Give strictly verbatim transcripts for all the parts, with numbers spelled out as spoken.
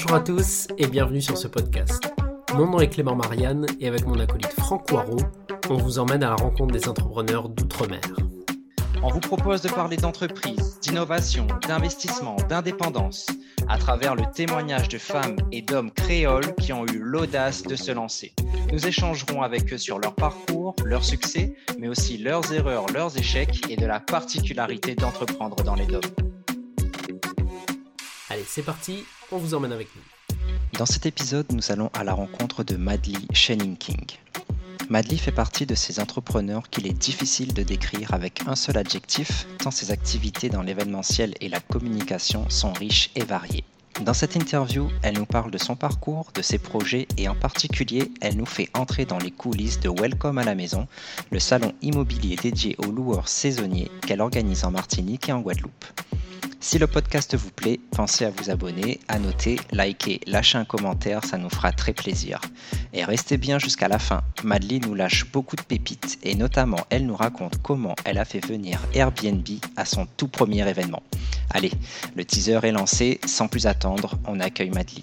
Bonjour à tous et bienvenue sur ce podcast. Mon nom est Clément Marianne et avec mon acolyte Franck Poirot, on vous emmène à la rencontre des entrepreneurs d'outre-mer. On vous propose de parler d'entreprise, d'innovation, d'investissement, d'indépendance, à travers le témoignage de femmes et d'hommes créoles qui ont eu l'audace de se lancer. Nous échangerons avec eux sur leur parcours, leurs succès, mais aussi leurs erreurs, leurs échecs et de la particularité d'entreprendre dans les D O M. Allez, c'est parti, on vous emmène avec nous. Dans cet épisode, nous allons à la rencontre de Madly Shenning-King. Madly fait partie de ces entrepreneurs qu'il est difficile de décrire avec un seul adjectif, tant ses activités dans l'événementiel et la communication sont riches et variées. Dans cette interview, elle nous parle de son parcours, de ses projets et en particulier, elle nous fait entrer dans les coulisses de Welcome à la maison, le salon immobilier dédié aux loueurs saisonniers qu'elle organise en Martinique et en Guadeloupe. Si le podcast vous plaît, pensez à vous abonner, à noter, liker, lâcher un commentaire, ça nous fera très plaisir. Et restez bien jusqu'à la fin, Madly nous lâche beaucoup de pépites et notamment elle nous raconte comment elle a fait venir Airbnb à son tout premier événement. Allez, le teaser est lancé, sans plus attendre, on accueille Madly.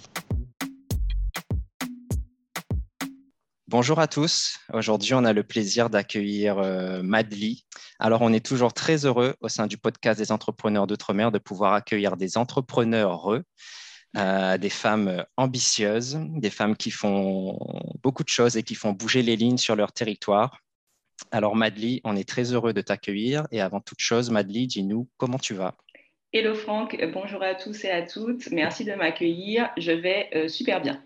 Bonjour à tous, aujourd'hui on a le plaisir d'accueillir euh, Madly. Alors on est toujours très heureux au sein du podcast des entrepreneurs d'outre-mer de pouvoir accueillir des entrepreneurs heureux, euh, des femmes ambitieuses, des femmes qui font beaucoup de choses et qui font bouger les lignes sur leur territoire. Alors Madly, on est très heureux de t'accueillir et avant toute chose, Madly, dis-nous comment tu vas? Hello Franck, bonjour à tous et à toutes, merci de m'accueillir, je vais euh, super bien.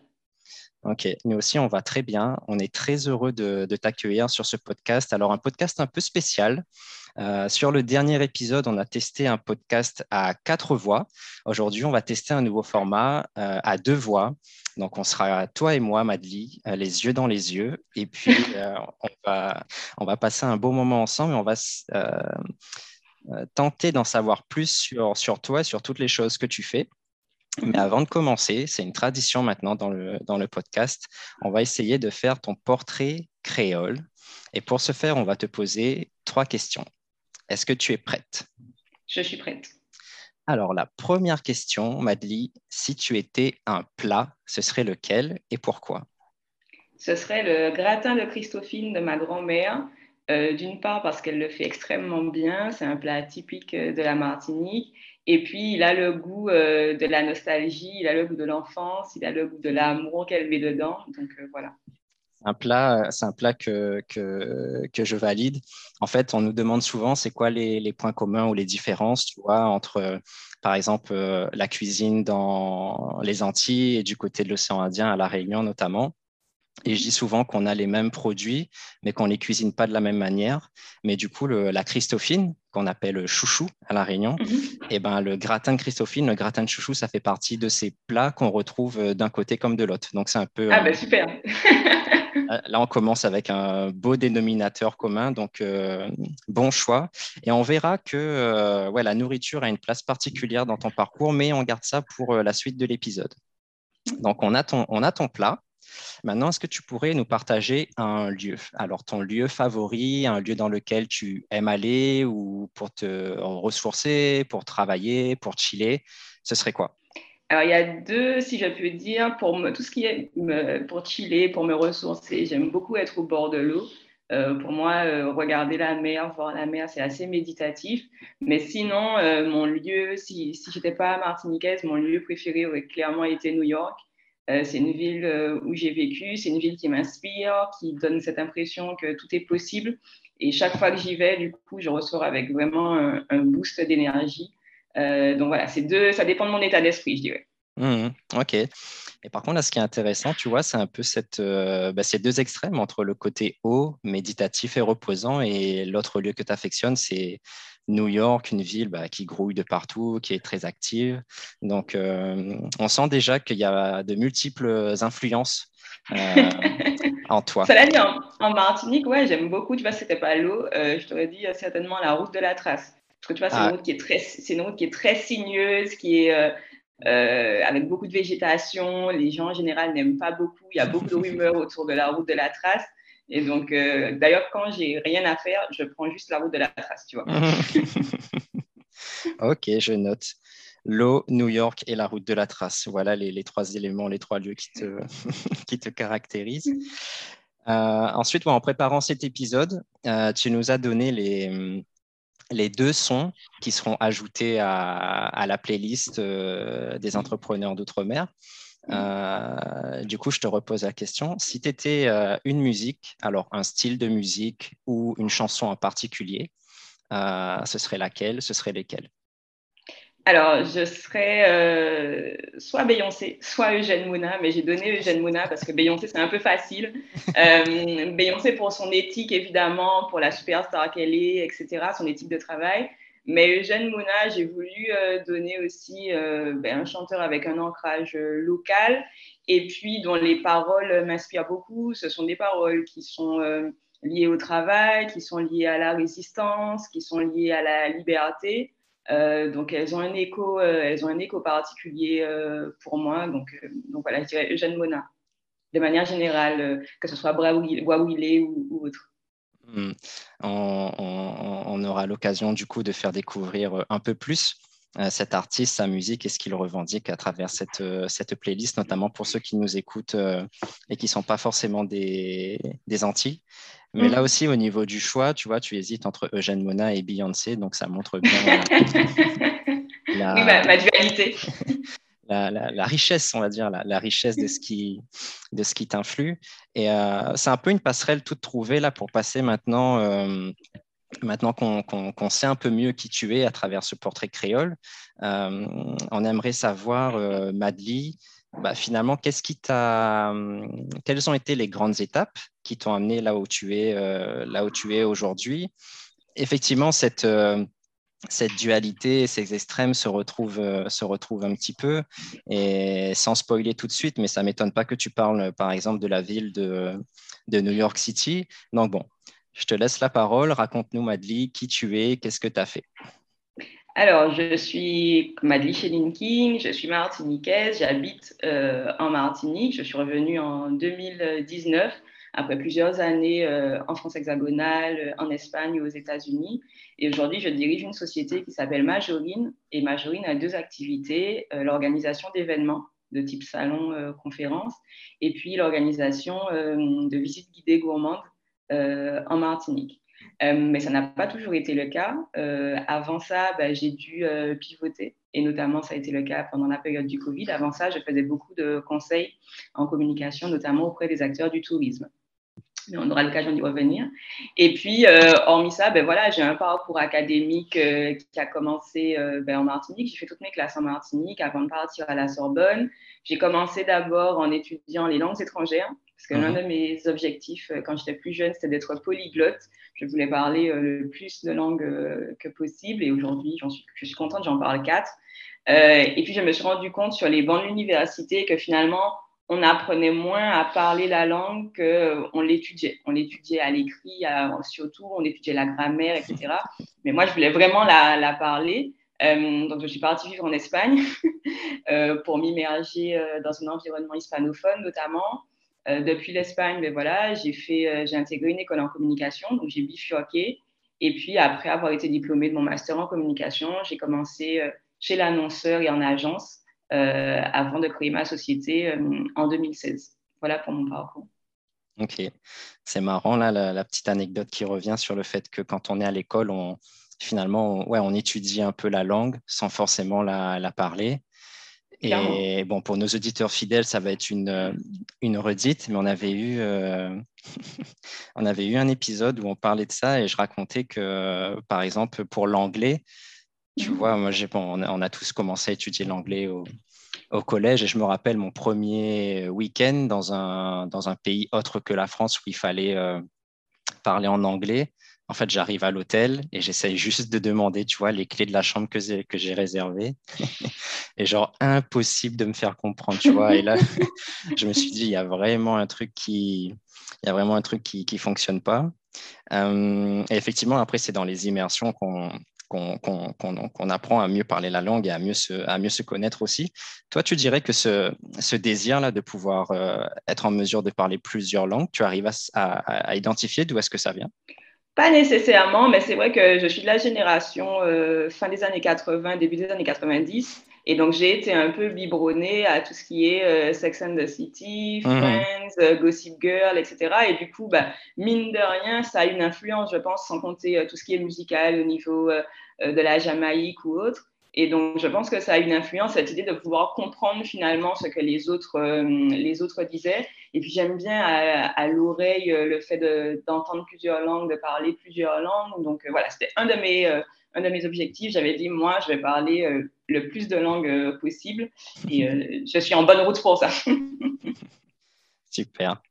Ok, nous aussi on va très bien, on est très heureux de, de t'accueillir sur ce podcast. Alors un podcast un peu spécial. Euh, sur le dernier épisode, on a testé un podcast à quatre voix. Aujourd'hui, on va tester un nouveau format euh, à deux voix. Donc on sera toi et moi, Madly, euh, les yeux dans les yeux. Et puis euh, on, va, on va passer un beau moment ensemble et on va euh, euh, tenter d'en savoir plus sur, sur toi et sur toutes les choses que tu fais. Mais avant de commencer, c'est une tradition maintenant dans le, dans le podcast, on va essayer de faire ton portrait créole. Et pour ce faire, on va te poser trois questions. Est-ce que tu es prête? Je suis prête. Alors, la première question, Madly, si tu étais un plat, ce serait lequel et pourquoi? Ce serait le gratin de Christophine de ma grand-mère. Euh, d'une part parce qu'elle le fait extrêmement bien, c'est un plat typique de la Martinique. Et puis, il a le goût euh, de la nostalgie, il a le goût de l'enfance, il a le goût de l'amour qu'elle met dedans. Donc, euh, voilà. Un plat, c'est un plat que, que, que je valide. En fait, on nous demande souvent c'est quoi les, les points communs ou les différences, tu vois, entre, euh, par exemple, euh, la cuisine dans les Antilles et du côté de l'océan Indien, à La Réunion notamment. Et je dis souvent qu'on a les mêmes produits, mais qu'on ne les cuisine pas de la même manière. Mais du coup, le, la Christophine, qu'on appelle chouchou à La Réunion, Mm-hmm. et ben, le gratin de Christophine, le gratin de chouchou, ça fait partie de ces plats qu'on retrouve d'un côté comme de l'autre. Donc, c'est un peu... Ah un... ben super. Là, on commence avec un beau dénominateur commun, donc euh, bon choix. Et on verra que euh, ouais, la nourriture a une place particulière dans ton parcours, mais on garde ça pour euh, la suite de l'épisode. Donc, on a ton, on a ton plat. Maintenant, est-ce que tu pourrais nous partager un lieu? Alors, ton lieu favori, un lieu dans lequel tu aimes aller ou pour te ressourcer, pour travailler, pour chiller, ce serait quoi? Alors, il y a deux, si je peux dire, pour me, tout ce qui est me, pour chiller, pour me ressourcer. J'aime beaucoup être au bord de l'eau. Euh, pour moi, euh, regarder la mer, voir la mer, c'est assez méditatif. Mais sinon, euh, mon lieu, si, si je n'étais pas martiniquaise, mon lieu préféré aurait clairement été New York. Euh, c'est une ville euh, où j'ai vécu, c'est une ville qui m'inspire, qui donne cette impression que tout est possible. Et chaque fois que j'y vais, du coup, je ressors avec vraiment un, un boost d'énergie. Euh, donc voilà, c'est deux, ça dépend de mon état d'esprit, je dirais. Mmh, ok. Et par contre, là, ce qui est intéressant, tu vois, c'est un peu cette, euh, bah, ces deux extrêmes entre le côté haut, méditatif et reposant, et l'autre lieu que tu affectionnes, c'est New York, une ville bah, qui grouille de partout, qui est très active. Donc, euh, on sent déjà qu'il y a de multiples influences euh, en toi. Cela dit, en, en Martinique, ouais, j'aime beaucoup. Tu vois, si c'était pas l'eau, euh, je t'aurais dit euh, certainement la route de la Trace. Parce que tu vois, c'est une Ah, route qui est très, c'est une route qui est très sinueuse, qui est euh, euh, avec beaucoup de végétation. Les gens en général n'aiment pas beaucoup. Il y a beaucoup de rumeurs autour de la route de la Trace. Et donc, euh, d'ailleurs, quand j'ai rien à faire, je prends juste la route de la Trace, tu vois. ok, je note. L'eau, New York et la route de la trace. Voilà les, les trois éléments, les trois lieux qui te, qui te caractérisent. Euh, ensuite, ouais, en préparant cet épisode, euh, tu nous as donné les, les deux sons qui seront ajoutés à, à la playlist euh, des entrepreneurs d'outre-mer. Euh, du coup, je te repose la question. Si tu étais euh, une musique, alors un style de musique ou une chanson en particulier, euh, ce serait laquelle? Ce serait lesquelles? Alors, je serais euh, soit Beyoncé, soit Eugène Mouna, mais j'ai donné Eugène Mouna parce que Beyoncé, c'est un peu facile. Euh, Beyoncé pour son éthique, évidemment, pour la superstar qu'elle est, et cetera, son éthique de travail. Mais Eugène Mouna, j'ai voulu euh, donner aussi euh, ben, un chanteur avec un ancrage euh, local et puis dont les paroles m'inspirent beaucoup. Ce sont des paroles qui sont euh, liées au travail, qui sont liées à la résistance, qui sont liées à la liberté. Euh, donc elles ont un écho, euh, elles ont un écho particulier euh, pour moi. Donc, euh, donc voilà, je dirais Eugène Mouna, de manière générale, euh, que ce soit Wawilé ou, ou autre. Hmm. On, on, on aura l'occasion du coup de faire découvrir un peu plus euh, cet artiste, sa musique et ce qu'il revendique à travers cette, euh, cette playlist, notamment pour ceux qui nous écoutent euh, et qui ne sont pas forcément des, des Antilles. Mais là aussi, au niveau du choix, tu vois, tu hésites entre Eugène Mouna et Beyoncé, donc ça montre bien la, oui, ma, ma dualité. la, la, la richesse, on va dire, la, la richesse de ce qui, de ce qui t'influe. Et euh, c'est un peu une passerelle toute trouvée là pour passer maintenant, euh, maintenant qu'on qu'on, qu'on sait un peu mieux qui tu es à travers ce portrait créole. Euh, on aimerait savoir, euh, Madly, bah, finalement, qu'est-ce qui t'a, quelles ont été les grandes étapes qui t'ont amené là où tu es, euh, là où tu es aujourd'hui? Effectivement, cette euh, cette dualité, ces extrêmes se retrouvent, euh, se retrouvent un petit peu. Et sans spoiler tout de suite, mais ça ne m'étonne pas que tu parles, par exemple, de la ville de, de New York City. Donc, bon, je te laisse la parole. Raconte-nous, Madly, qui tu es, qu'est-ce que tu as fait? Alors, je suis Madly Shenning King, je suis martiniquaise, j'habite euh, en Martinique. Je suis revenue en deux mille dix-neuf, après plusieurs années euh, en France hexagonale, en Espagne et aux États-Unis. Et aujourd'hui, je dirige une société qui s'appelle Majorine. Et Majorine a deux activités, euh, l'organisation d'événements de type salon, euh, conférence, et puis l'organisation euh, de visites guidées gourmandes euh, en Martinique. Euh, mais ça n'a pas toujours été le cas. Euh, avant ça, bah, j'ai dû euh, pivoter, et notamment ça a été le cas pendant la période du Covid. Avant ça, je faisais beaucoup de conseils en communication, notamment auprès des acteurs du tourisme. Mais on aura l'occasion d'y revenir. Et puis, euh, hormis ça, ben voilà, j'ai un parcours académique euh, qui a commencé euh, ben en Martinique. J'ai fait toutes mes classes en Martinique avant de partir à la Sorbonne. J'ai commencé d'abord en étudiant les langues étrangères, parce que l'un Mhm. de mes objectifs euh, quand j'étais plus jeune, c'était d'être polyglotte. Je voulais parler euh, le plus de langues euh, que possible. Et aujourd'hui, j'en suis, je suis contente, j'en parle quatre. Euh, et puis, je me suis rendu compte sur les bancs de l'université que finalement, on apprenait moins à parler la langue qu'on l'étudiait. On l'étudiait à l'écrit, à, surtout, on étudiait la grammaire, et cetera. Mais moi, je voulais vraiment la, la parler. Euh, donc, je suis partie vivre en Espagne euh, pour m'immerger euh, dans un environnement hispanophone, notamment. Euh, depuis l'Espagne, ben voilà, j'ai, fait, euh, j'ai intégré une école en communication, donc j'ai bifurqué. Et puis, après avoir été diplômée de mon master en communication, j'ai commencé euh, chez l'annonceur et en agence euh, avant de créer ma société euh, en deux mille seize. Voilà pour mon parcours. Ok, c'est marrant là la, la petite anecdote qui revient sur le fait que quand on est à l'école, on finalement on, ouais, on étudie un peu la langue sans forcément la, la parler. Clairement. Et bon, pour nos auditeurs fidèles, ça va être une, une redite, mais on avait eu, euh, on avait eu un épisode où on parlait de ça et je racontais que, par exemple, pour l'anglais, tu vois, moi, j'ai, bon, on a, on a tous commencé à étudier l'anglais au, au collège et je me rappelle mon premier week-end dans un, dans un pays autre que la France où il fallait euh, parler en anglais. En fait, j'arrive à l'hôtel et j'essaye juste de demander, tu vois, les clés de la chambre que j'ai, que j'ai réservées. Et genre, impossible de me faire comprendre, tu vois. Et là, je me suis dit, il y a vraiment un truc qui, il y a vraiment un truc qui qui fonctionne pas. Euh, et effectivement, après, c'est dans les immersions qu'on qu'on qu'on, qu'on, qu'on apprend à mieux parler la langue et à mieux se, à mieux se connaître aussi. Toi, tu dirais que ce, ce désir-là de pouvoir euh, être en mesure de parler plusieurs langues, tu arrives à, à, à identifier d'où est-ce que ça vient? Pas nécessairement, mais c'est vrai que je suis de la génération euh, fin des années quatre-vingts, début des années quatre-vingt-dix. Et donc, j'ai été un peu biberonnée à tout ce qui est euh, Sex and the City, Mhm. Friends, euh, Gossip Girl, et cetera. Et du coup, bah, mine de rien, ça a une influence, je pense, sans compter euh, tout ce qui est musical au niveau euh, euh, de la Jamaïque ou autre. Et donc, je pense que ça a une influence, cette idée de pouvoir comprendre finalement ce que les autres, euh, les autres disaient. Et puis, j'aime bien à, à l'oreille euh, le fait de, d'entendre plusieurs langues, de parler plusieurs langues. Donc, euh, voilà, c'était un de mes, euh, un de mes objectifs. J'avais dit, moi, je vais parler euh, le plus de langues euh, possible. Et euh, je suis en bonne route pour ça. Super.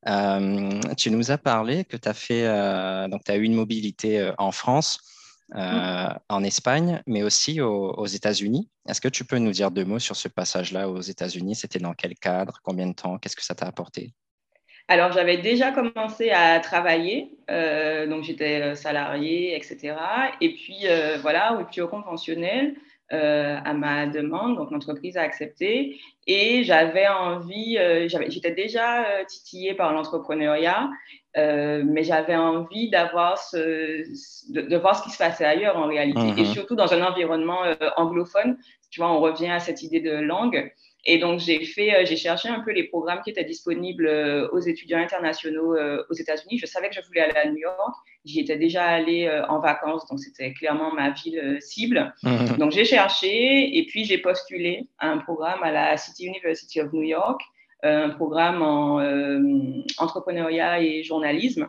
Euh, tu nous as parlé que tu as fait, euh, donc tu as eu une mobilité euh, en France, euh, en Espagne, mais aussi aux, aux États-Unis. Est-ce que tu peux nous dire deux mots sur ce passage-là aux États-Unis? C'était dans quel cadre? Combien de temps? Qu'est-ce que ça t'a apporté? Alors, j'avais déjà commencé à travailler, euh, donc j'étais salariée, et cetera. Et puis, euh, voilà, rupture conventionnelle euh, à ma demande, donc l'entreprise a accepté. Et j'avais envie, euh, j'avais, j'étais déjà euh, titillée par l'entrepreneuriat, euh, mais j'avais envie d'avoir ce, de, de voir ce qui se passait ailleurs en réalité, et Mhm. surtout dans un environnement euh, anglophone. Tu vois, on revient à cette idée de langue. Et donc, j'ai fait, euh, j'ai cherché un peu les programmes qui étaient disponibles euh, aux étudiants internationaux euh, aux États-Unis. Je savais que je voulais aller à New York. J'y étais déjà allée euh, en vacances, donc c'était clairement ma ville euh, cible. Mhm. Donc, j'ai cherché et puis j'ai postulé à un programme à la City University of New York, euh, un programme en euh, entrepreneuriat et journalisme.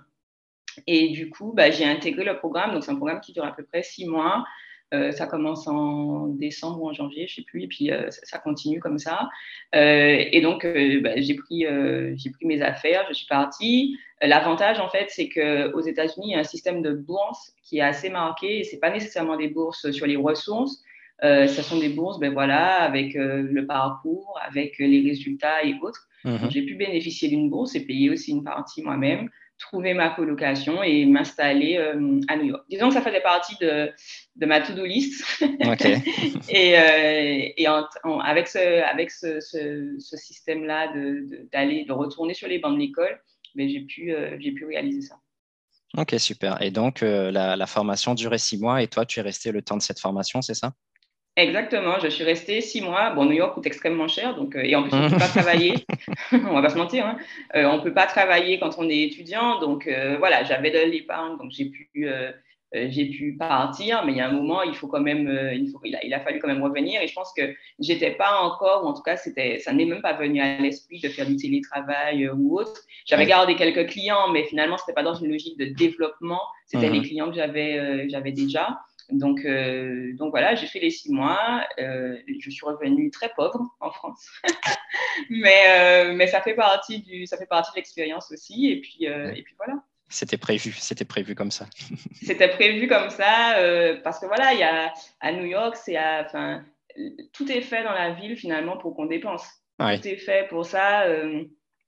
Et du coup, bah, j'ai intégré le programme. Donc, c'est un programme qui dure à peu près six mois. Euh, ça commence en décembre ou en janvier, je ne sais plus, et puis euh, ça, ça continue comme ça. Euh, et donc, euh, bah, j'ai pris, euh, j'ai pris mes affaires, je suis partie. L'avantage, en fait, c'est qu'aux États-Unis, il y a un système de bourses qui est assez marqué, et ce n'est pas nécessairement des bourses sur les ressources. Euh, ce sont des bourses, ben voilà, avec euh, le parcours, avec les résultats et autres. Donc, Mhm. j'ai pu bénéficier d'une bourse et payer aussi une partie moi-même, trouver ma colocation et m'installer euh, à New York. Disons que ça faisait partie de, de ma to-do list. Ok, et euh, et en, en, avec ce, avec ce, ce, ce système-là de, de, d'aller, de retourner sur les bancs de l'école, ben, j'ai, pu, euh, j'ai pu réaliser ça. ok, super. Et donc, euh, la, la formation durait six mois et toi, tu es resté le temps de cette formation, c'est ça? Exactement, je suis restée six mois. Bon, New York coûte extrêmement cher, donc, euh, et en plus, on ne peut pas Mhm. travailler. On va pas se mentir, hein. Euh, on ne peut pas travailler quand on est étudiant. Donc, euh, voilà, j'avais de l'épargne, donc j'ai pu, euh, euh, j'ai pu partir. Mais il y a un moment, il faut quand même, euh, il, faut, il, a, il a fallu quand même revenir. Et je pense que j'étais pas encore, ou en tout cas, c'était, ça n'est même pas venu à l'esprit de faire du télétravail euh, ou autre. J'avais Oui. gardé quelques clients, mais finalement, c'était pas dans une logique de développement. C'était les Mhm. clients que j'avais, euh, j'avais déjà. Donc, euh, donc voilà, j'ai fait les six mois. Euh, je suis revenue très pauvre en France, mais, euh, mais ça fait partie du, ça fait partie de l'expérience aussi. Et puis, euh, Ouais. et puis voilà. C'était prévu, c'était prévu comme ça. C'était prévu comme ça euh, parce que voilà, il y a à New York, c'est, enfin, tout est fait dans la ville finalement pour qu'on dépense. Oui. Tout est fait pour ça. Euh,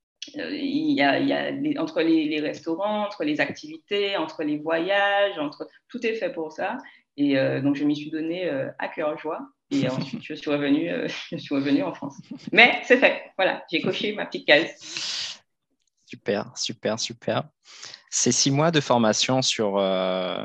il y a, il y a les, entre les, les, restaurants, entre les activités, entre les voyages, entre tout est fait pour ça. Et euh, donc je m'y suis donnée euh, à cœur joie. Et ensuite je suis revenue, euh, je suis revenue en France. Mais c'est fait. Voilà, j'ai coché ma petite case. Super, super, super. Ces six mois de formation sur euh,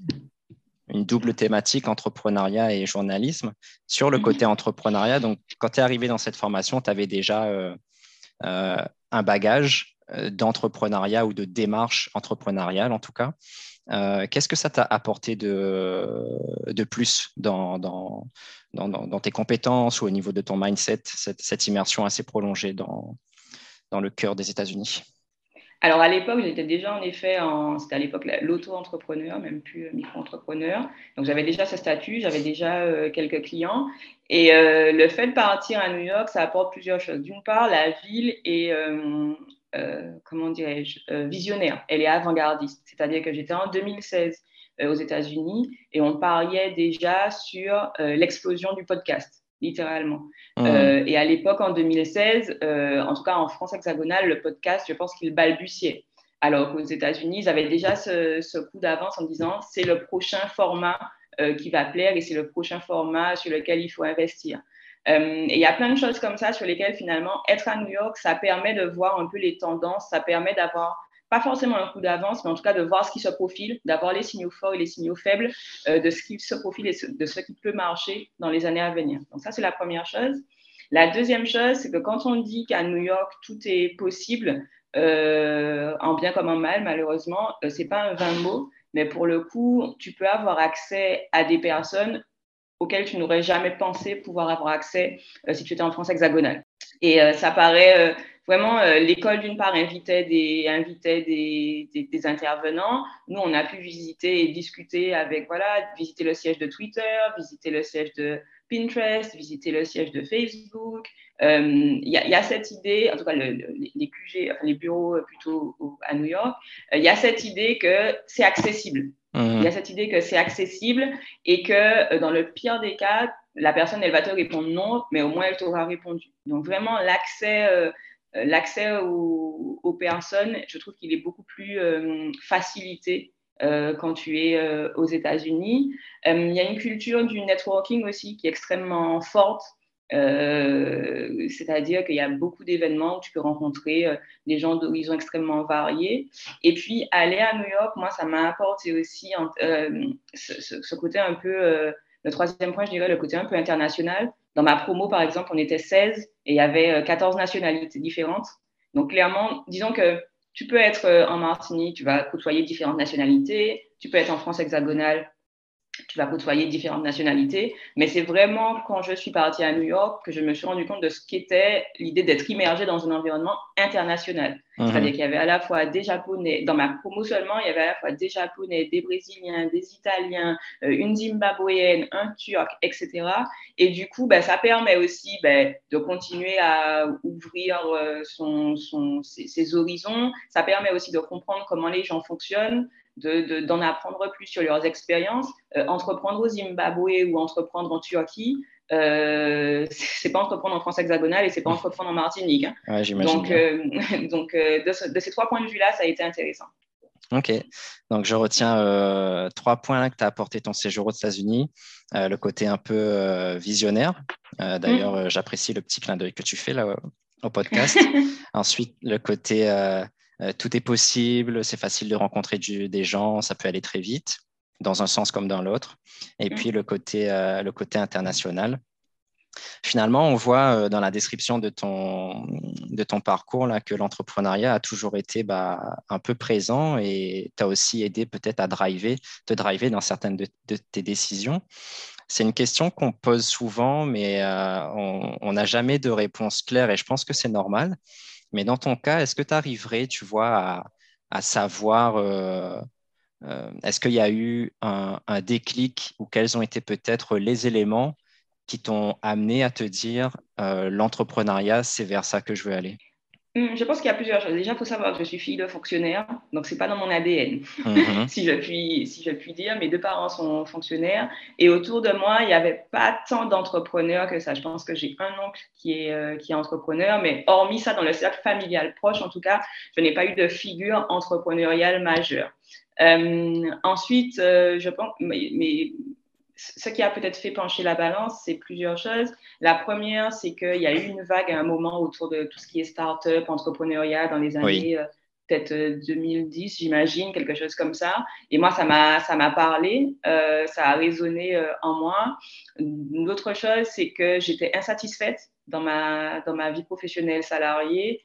une double thématique, entrepreneuriat et journalisme. Sur le côté entrepreneuriat, donc quand tu es arrivé dans cette formation, tu avais déjà euh, euh, un bagage euh, d'entrepreneuriat ou de démarche entrepreneuriale en tout cas. Euh, qu'est-ce que ça t'a apporté de, de plus dans, dans, dans, dans, tes compétences ou au niveau de ton mindset, cette, cette immersion assez prolongée dans, dans le cœur des États-Unis? Alors à l'époque, j'étais déjà en effet, en, c'était à l'époque l'auto-entrepreneur, même plus micro-entrepreneur. Donc j'avais déjà ce statut, j'avais déjà euh, quelques clients. Et euh, le fait de partir à New York, ça apporte plusieurs choses. D'une part, la ville est, euh, euh, comment dirais-je, euh, visionnaire. Elle est avant-gardiste. C'est-à-dire que j'étais en deux mille seize euh, aux États-Unis et on pariait déjà sur euh, l'explosion du podcast. Littéralement. Mmh. Euh, et à l'époque, en deux mille seize, euh, en tout cas en France hexagonale, le podcast, je pense qu'il balbutiait. Alors qu'aux États-Unis, ils avaient déjà ce, ce coup d'avance en disant c'est le prochain format euh, qui va plaire et c'est le prochain format sur lequel il faut investir. Euh, et il y a plein de choses comme ça sur lesquelles finalement être à New York, ça permet de voir un peu les tendances, ça permet d'avoir pas forcément un coup d'avance, mais en tout cas de voir ce qui se profile, d'avoir les signaux forts et les signaux faibles euh, de ce qui se profile et de ce qui peut marcher dans les années à venir. Donc ça, c'est la première chose. La deuxième chose, c'est que quand on dit qu'à New York, tout est possible, euh, en bien comme en mal, malheureusement, euh, c'est pas un vain mot, mais pour le coup, tu peux avoir accès à des personnes auxquelles tu n'aurais jamais pensé pouvoir avoir accès euh, si tu étais en France hexagonale. Et euh, ça paraît euh, vraiment, euh, l'école d'une part invitait, des, invitait des, des, des intervenants. Nous, on a pu visiter et discuter avec, voilà, visiter le siège de Twitter, visiter le siège de Pinterest, visiter le siège de Facebook. Il euh, y, y a cette idée, en tout cas le, le, les Q G, enfin les bureaux plutôt au, à New York, il euh, y a cette idée que c'est accessible. Il mmh. y a cette idée que c'est accessible et que euh, dans le pire des cas, la personne, elle va te répondre non, mais au moins, elle t'aura répondu. Donc, vraiment, l'accès, euh, l'accès aux, aux personnes, je trouve qu'il est beaucoup plus euh, facilité euh, quand tu es euh, aux États-Unis. Euh, il y a une culture du networking aussi qui est extrêmement forte. Euh, c'est-à-dire qu'il y a beaucoup d'événements où tu peux rencontrer euh, des gens d'horizons extrêmement variés. Et puis, aller à New York, moi, ça m'a apporté aussi euh, ce, ce, ce côté un peu... Euh, le troisième point, je dirais le côté un peu international. Dans ma promo, par exemple, on était seize et il y avait quatorze nationalités différentes. Donc, clairement, disons que tu peux être en Martinique, tu vas côtoyer différentes nationalités. Tu peux être en France hexagonale, tu vas côtoyer différentes nationalités. Mais c'est vraiment quand je suis partie à New York que je me suis rendu compte de ce qu'était l'idée d'être immergée dans un environnement international. Mmh. C'est-à-dire qu'il y avait à la fois des Japonais, dans ma promo seulement, il y avait à la fois des Japonais, des Brésiliens, des Italiens, euh, une Zimbabwéenne, un Turc, et cetera. Et du coup, ben, ça permet aussi ben, de continuer à ouvrir euh, son, son, ses, ses horizons. Ça permet aussi de comprendre comment les gens fonctionnent. De, de, d'en apprendre plus sur leurs expériences. Euh, entreprendre au Zimbabwe ou entreprendre en Turquie, euh, c'est pas entreprendre en France hexagonale et c'est pas entreprendre en Martinique. Hein. Ouais, j'imagine donc, euh, donc euh, de, ce, de ces trois points de vue-là, ça a été intéressant. Ok, donc je retiens euh, trois points que tu as apporté ton séjour aux États-Unis. Euh, le côté un peu euh, visionnaire. Euh, d'ailleurs, mmh. euh, j'apprécie le petit clin d'œil que tu fais là au podcast. Ensuite, le côté euh, euh, tout est possible, c'est facile de rencontrer du, des gens, ça peut aller très vite, dans un sens comme dans l'autre. Et mmh. puis le côté, euh, le côté international. Finalement, on voit euh, dans la description de ton, de ton parcours là, que l'entrepreneuriat a toujours été bah, un peu présent et t'a aussi aidé peut-être à driver, te driver dans certaines de, de tes décisions. C'est une question qu'on pose souvent, mais euh, on n'a jamais de réponse claire et je pense que c'est normal. Mais dans ton cas, est-ce que tu arriverais, tu vois, à, à savoir, euh, euh, est-ce qu'il y a eu un, un déclic ou quels ont été peut-être les éléments qui t'ont amené à te dire euh, l'entrepreneuriat, c'est vers ça que je veux aller? Je pense qu'il y a plusieurs choses. Déjà, il faut savoir que je suis fille de fonctionnaire, donc ce n'est pas dans mon A D N, mm-hmm. si, je puis, si je puis dire. Mes deux parents sont fonctionnaires et autour de moi, il n'y avait pas tant d'entrepreneurs que ça. Je pense que j'ai un oncle qui est, euh, qui est entrepreneur, mais hormis ça, dans le cercle familial proche, en tout cas, je n'ai pas eu de figure entrepreneuriale majeure. Euh, ensuite, euh, je pense... Mais, mais, ce qui a peut-être fait pencher la balance, c'est plusieurs choses. La première, c'est qu'il y a eu une vague à un moment autour de tout ce qui est start-up, entrepreneuriat dans les années oui. euh, peut-être deux mille dix, j'imagine, quelque chose comme ça. Et moi, ça m'a, ça m'a parlé, euh, ça a résonné euh, en moi. Une autre chose, c'est que j'étais insatisfaite dans ma, dans ma vie professionnelle salariée.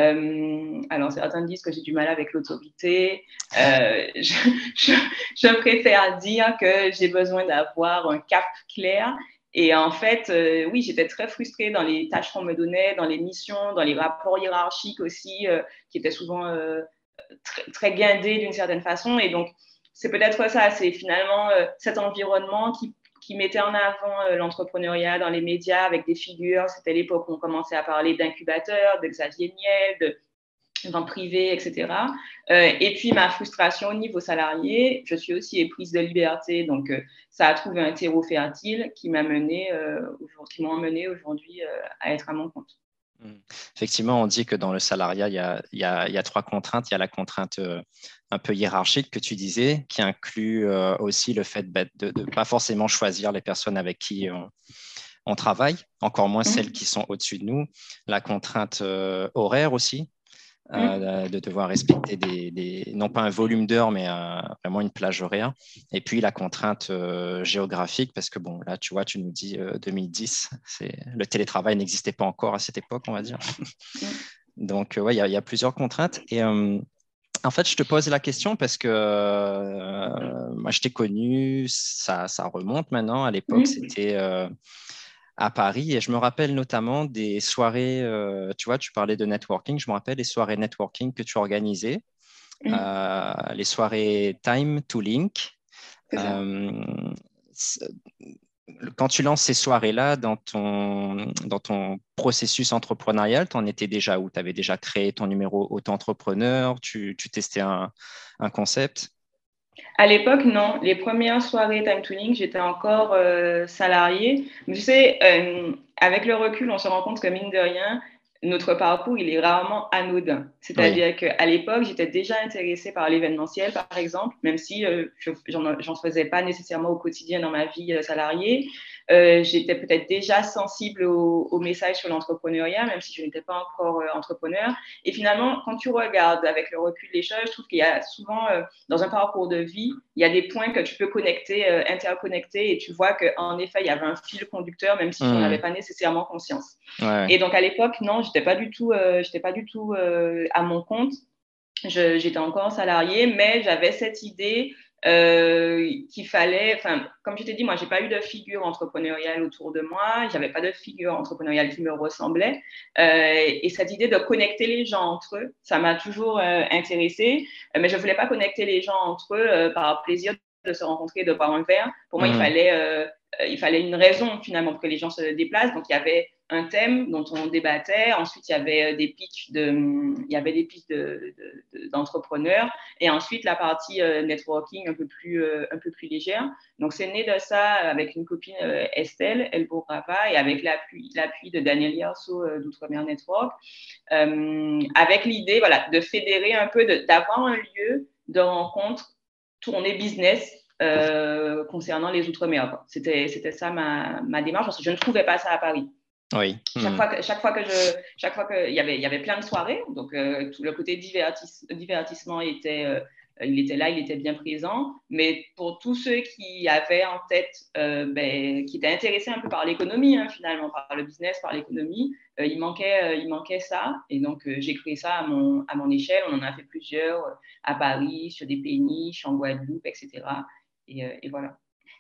Euh, alors, certains disent que j'ai du mal avec l'autorité. Euh, je, je, je préfère dire que j'ai besoin d'avoir un cap clair. Et en fait, euh, oui, j'étais très frustrée dans les tâches qu'on me donnait, dans les missions, dans les rapports hiérarchiques aussi, euh, qui étaient souvent euh, très, très guindés d'une certaine façon. Et donc, c'est peut-être ça, c'est finalement euh, cet environnement qui qui mettait en avant euh, l'entrepreneuriat dans les médias avec des figures. C'était l'époque où on commençait à parler d'incubateurs, de Xavier Niel, de vente privée, et cetera. Euh, et puis, ma frustration au niveau salarié, je suis aussi éprise de liberté. Donc, euh, ça a trouvé un terreau fertile qui m'a mené, euh, qui m'ont mené aujourd'hui euh, à être à mon compte. Effectivement, on dit que dans le salariat, il y a, il y a, il y a trois contraintes. Il y a la contrainte euh, un peu hiérarchique que tu disais, qui inclut euh, aussi le fait de ne pas forcément choisir les personnes avec qui on, on travaille, encore moins mmh. celles qui sont au-dessus de nous. La contrainte euh, horaire aussi, euh, de devoir respecter des, des, non pas un volume d'heures, mais euh, vraiment une plage horaire. Et puis la contrainte euh, géographique, parce que bon, là, tu vois, tu nous dis euh, deux mille dix, c'est, le télétravail n'existait pas encore à cette époque, on va dire. Donc, euh, ouais, il y, y a plusieurs contraintes. Et euh, en fait, je te pose la question parce que euh, moi, je t'ai connu, ça, ça remonte maintenant. À l'époque, c'était euh, à Paris et je me rappelle notamment des soirées, euh, tu vois, tu parlais de networking, je me rappelle des soirées networking que tu organisais, euh, les soirées Time to Link. Euh, quand tu lances ces soirées-là dans ton, dans ton processus entrepreneurial, tu en étais déjà où? Tu avais déjà créé ton numéro auto-entrepreneur, tu, tu testais un, un concept? À l'époque, non. Les premières soirées Time to Link, j'étais encore euh, salariée. Mais tu sais, euh, avec le recul, on se rend compte que mine de rien, notre parcours, il est rarement anodin. C'est-à-dire Oui. qu'à l'époque, j'étais déjà intéressée par l'événementiel, par exemple, même si euh, je n'en faisais pas nécessairement au quotidien dans ma vie euh, salariée. Euh, j'étais peut-être déjà sensible aux au messages sur l'entrepreneuriat, même si je n'étais pas encore euh, entrepreneur. Et finalement, quand tu regardes avec le recul les choses, je trouve qu'il y a souvent, euh, dans un parcours de vie, il y a des points que tu peux connecter, euh, interconnecter, et tu vois qu'en effet, il y avait un fil conducteur, même si mmh. je n'en avais pas nécessairement conscience. Ouais. Et donc, à l'époque, non, je n'étais pas du tout, euh, j'étais pas du tout euh, à mon compte. Je, j'étais encore salariée, mais j'avais cette idée euh, qu'il fallait, enfin, comme je t'ai dit, moi, j'ai pas eu de figure entrepreneuriale autour de moi, j'avais pas de figure entrepreneuriale qui me ressemblait, euh, et cette idée de connecter les gens entre eux, ça m'a toujours euh, intéressée, mais je voulais pas connecter les gens entre eux euh, par plaisir de se rencontrer, de boire un verre. Pour moi, mmh. il fallait, euh, il fallait une raison finalement pour que les gens se déplacent. Donc, il y avait un thème dont on débattait. Ensuite, il y avait des pitchs de, il y avait des pitchs de, de, de, d'entrepreneurs. Et ensuite, la partie euh, networking un peu plus, euh, un peu plus légère. Donc, c'est né de ça avec une copine euh, Estelle Elbourava et avec l'appui, l'appui de Daniel Yerso euh, d'Outremer Network, euh, avec l'idée, voilà, de fédérer un peu, de, d'avoir un lieu de rencontre tourné business euh, concernant les Outre-mer. C'était, c'était ça ma, ma démarche, parce que je ne trouvais pas ça à Paris. Oui. Chaque mmh. fois que, chaque fois que je, chaque fois que il y avait, il y avait plein de soirées, donc euh, tout le côté divertis, divertissement était, euh, il était là, il était bien présent. Mais pour tous ceux qui avaient en tête, euh, ben, qui étaient intéressés un peu par l'économie, hein, finalement, par le business, par l'économie, euh, il manquait, euh, il manquait ça. Et donc euh, j'ai créé ça à mon, à mon échelle. On en a fait plusieurs euh, à Paris, sur des péniches, en Guadeloupe, et cetera. Et, euh, et voilà.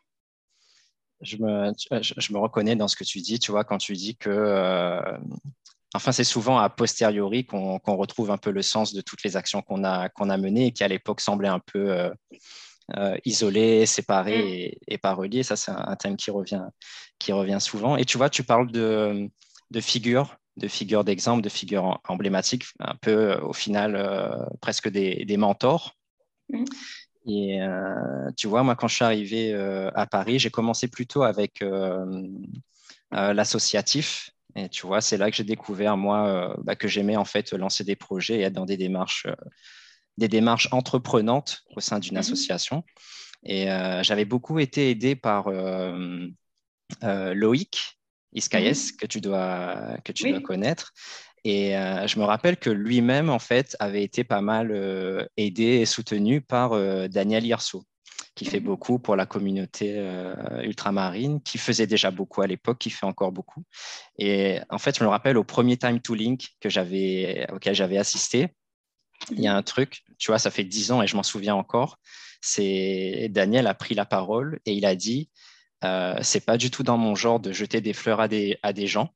Je me, je, je me reconnais dans ce que tu dis, tu vois, quand tu dis que, euh, enfin, c'est souvent a posteriori qu'on, qu'on retrouve un peu le sens de toutes les actions qu'on a, qu'on a menées et qui, à l'époque, semblaient un peu euh, euh, isolées, séparées mmh. et, et pas reliées. Ça, c'est un thème qui revient, qui revient souvent. Et tu vois, tu parles de, de figures, de figures d'exemple, de figures emblématiques, un peu, au final, euh, presque des, des mentors. Mmh. Et euh, tu vois, moi, quand je suis arrivé euh, à Paris, j'ai commencé plutôt avec euh, euh, l'associatif. Et tu vois, c'est là que j'ai découvert, moi, euh, bah, que j'aimais en fait lancer des projets et être dans des démarches, euh, des démarches entreprenantes au sein d'une mmh. association. Et euh, j'avais beaucoup été aidé par euh, euh, Loïc Iscaïes, mmh. que tu dois, que tu oui. dois connaître. Et euh, je me rappelle que lui-même, en fait, avait été pas mal euh, aidé et soutenu par euh, Daniel Yerso, qui fait beaucoup pour la communauté euh, ultramarine, qui faisait déjà beaucoup à l'époque, qui fait encore beaucoup. Et en fait, je me rappelle au premier Time to Link que j'avais, auquel j'avais assisté, il y a un truc, tu vois, ça fait dix ans et je m'en souviens encore, c'est Daniel a pris la parole et il a dit euh, « c'est pas du tout dans mon genre de jeter des fleurs à des, à des gens ».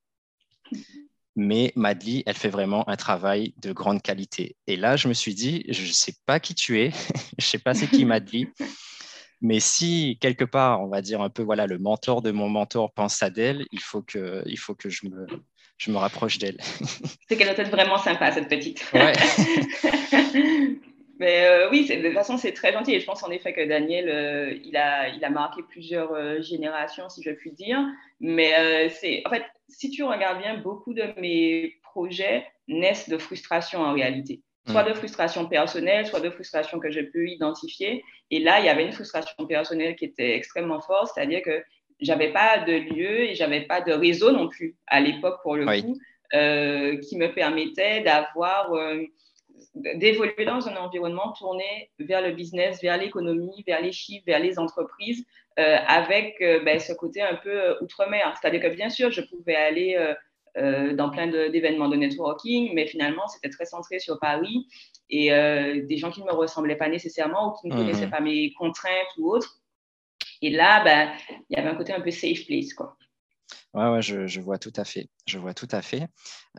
Mais Madly, elle fait vraiment un travail de grande qualité. Et là, je me suis dit, je ne sais pas qui tu es, je ne sais pas c'est qui Madly, mais si quelque part, on va dire un peu, voilà, le mentor de mon mentor pense à d'elle, il faut que, il faut que je me, je me rapproche d'elle. C'est qu'elle doit être vraiment sympa, cette petite. Ouais. Mais euh, oui, c'est, de toute façon, c'est très gentil. Et je pense en effet que Daniel, euh, il, a, il a marqué plusieurs euh, générations, si je puis dire. Mais euh, c'est, en fait, si tu regardes bien, beaucoup de mes projets naissent de frustration en réalité. Soit de frustration personnelle, soit de frustration que je peux identifier. Et là, il y avait une frustration personnelle qui était extrêmement forte, c'est-à-dire que j'avais pas de lieu et j'avais pas de réseau non plus à l'époque, pour le oui. coup, euh, qui me permettait d'avoir... Euh, d'évoluer dans un environnement tourné vers le business, vers l'économie, vers les chiffres, vers les entreprises, euh, avec euh, ben, ce côté un peu euh, outre-mer. C'est-à-dire que bien sûr, je pouvais aller euh, euh, dans plein de, d'événements de networking, mais finalement, c'était très centré sur Paris et euh, des gens qui ne me ressemblaient pas nécessairement ou qui ne connaissaient Mhm. pas mes contraintes ou autres. Et là, ben, il y avait un côté un peu safe place, quoi. Ouais, ouais, je, je vois tout à fait. Je vois tout à fait.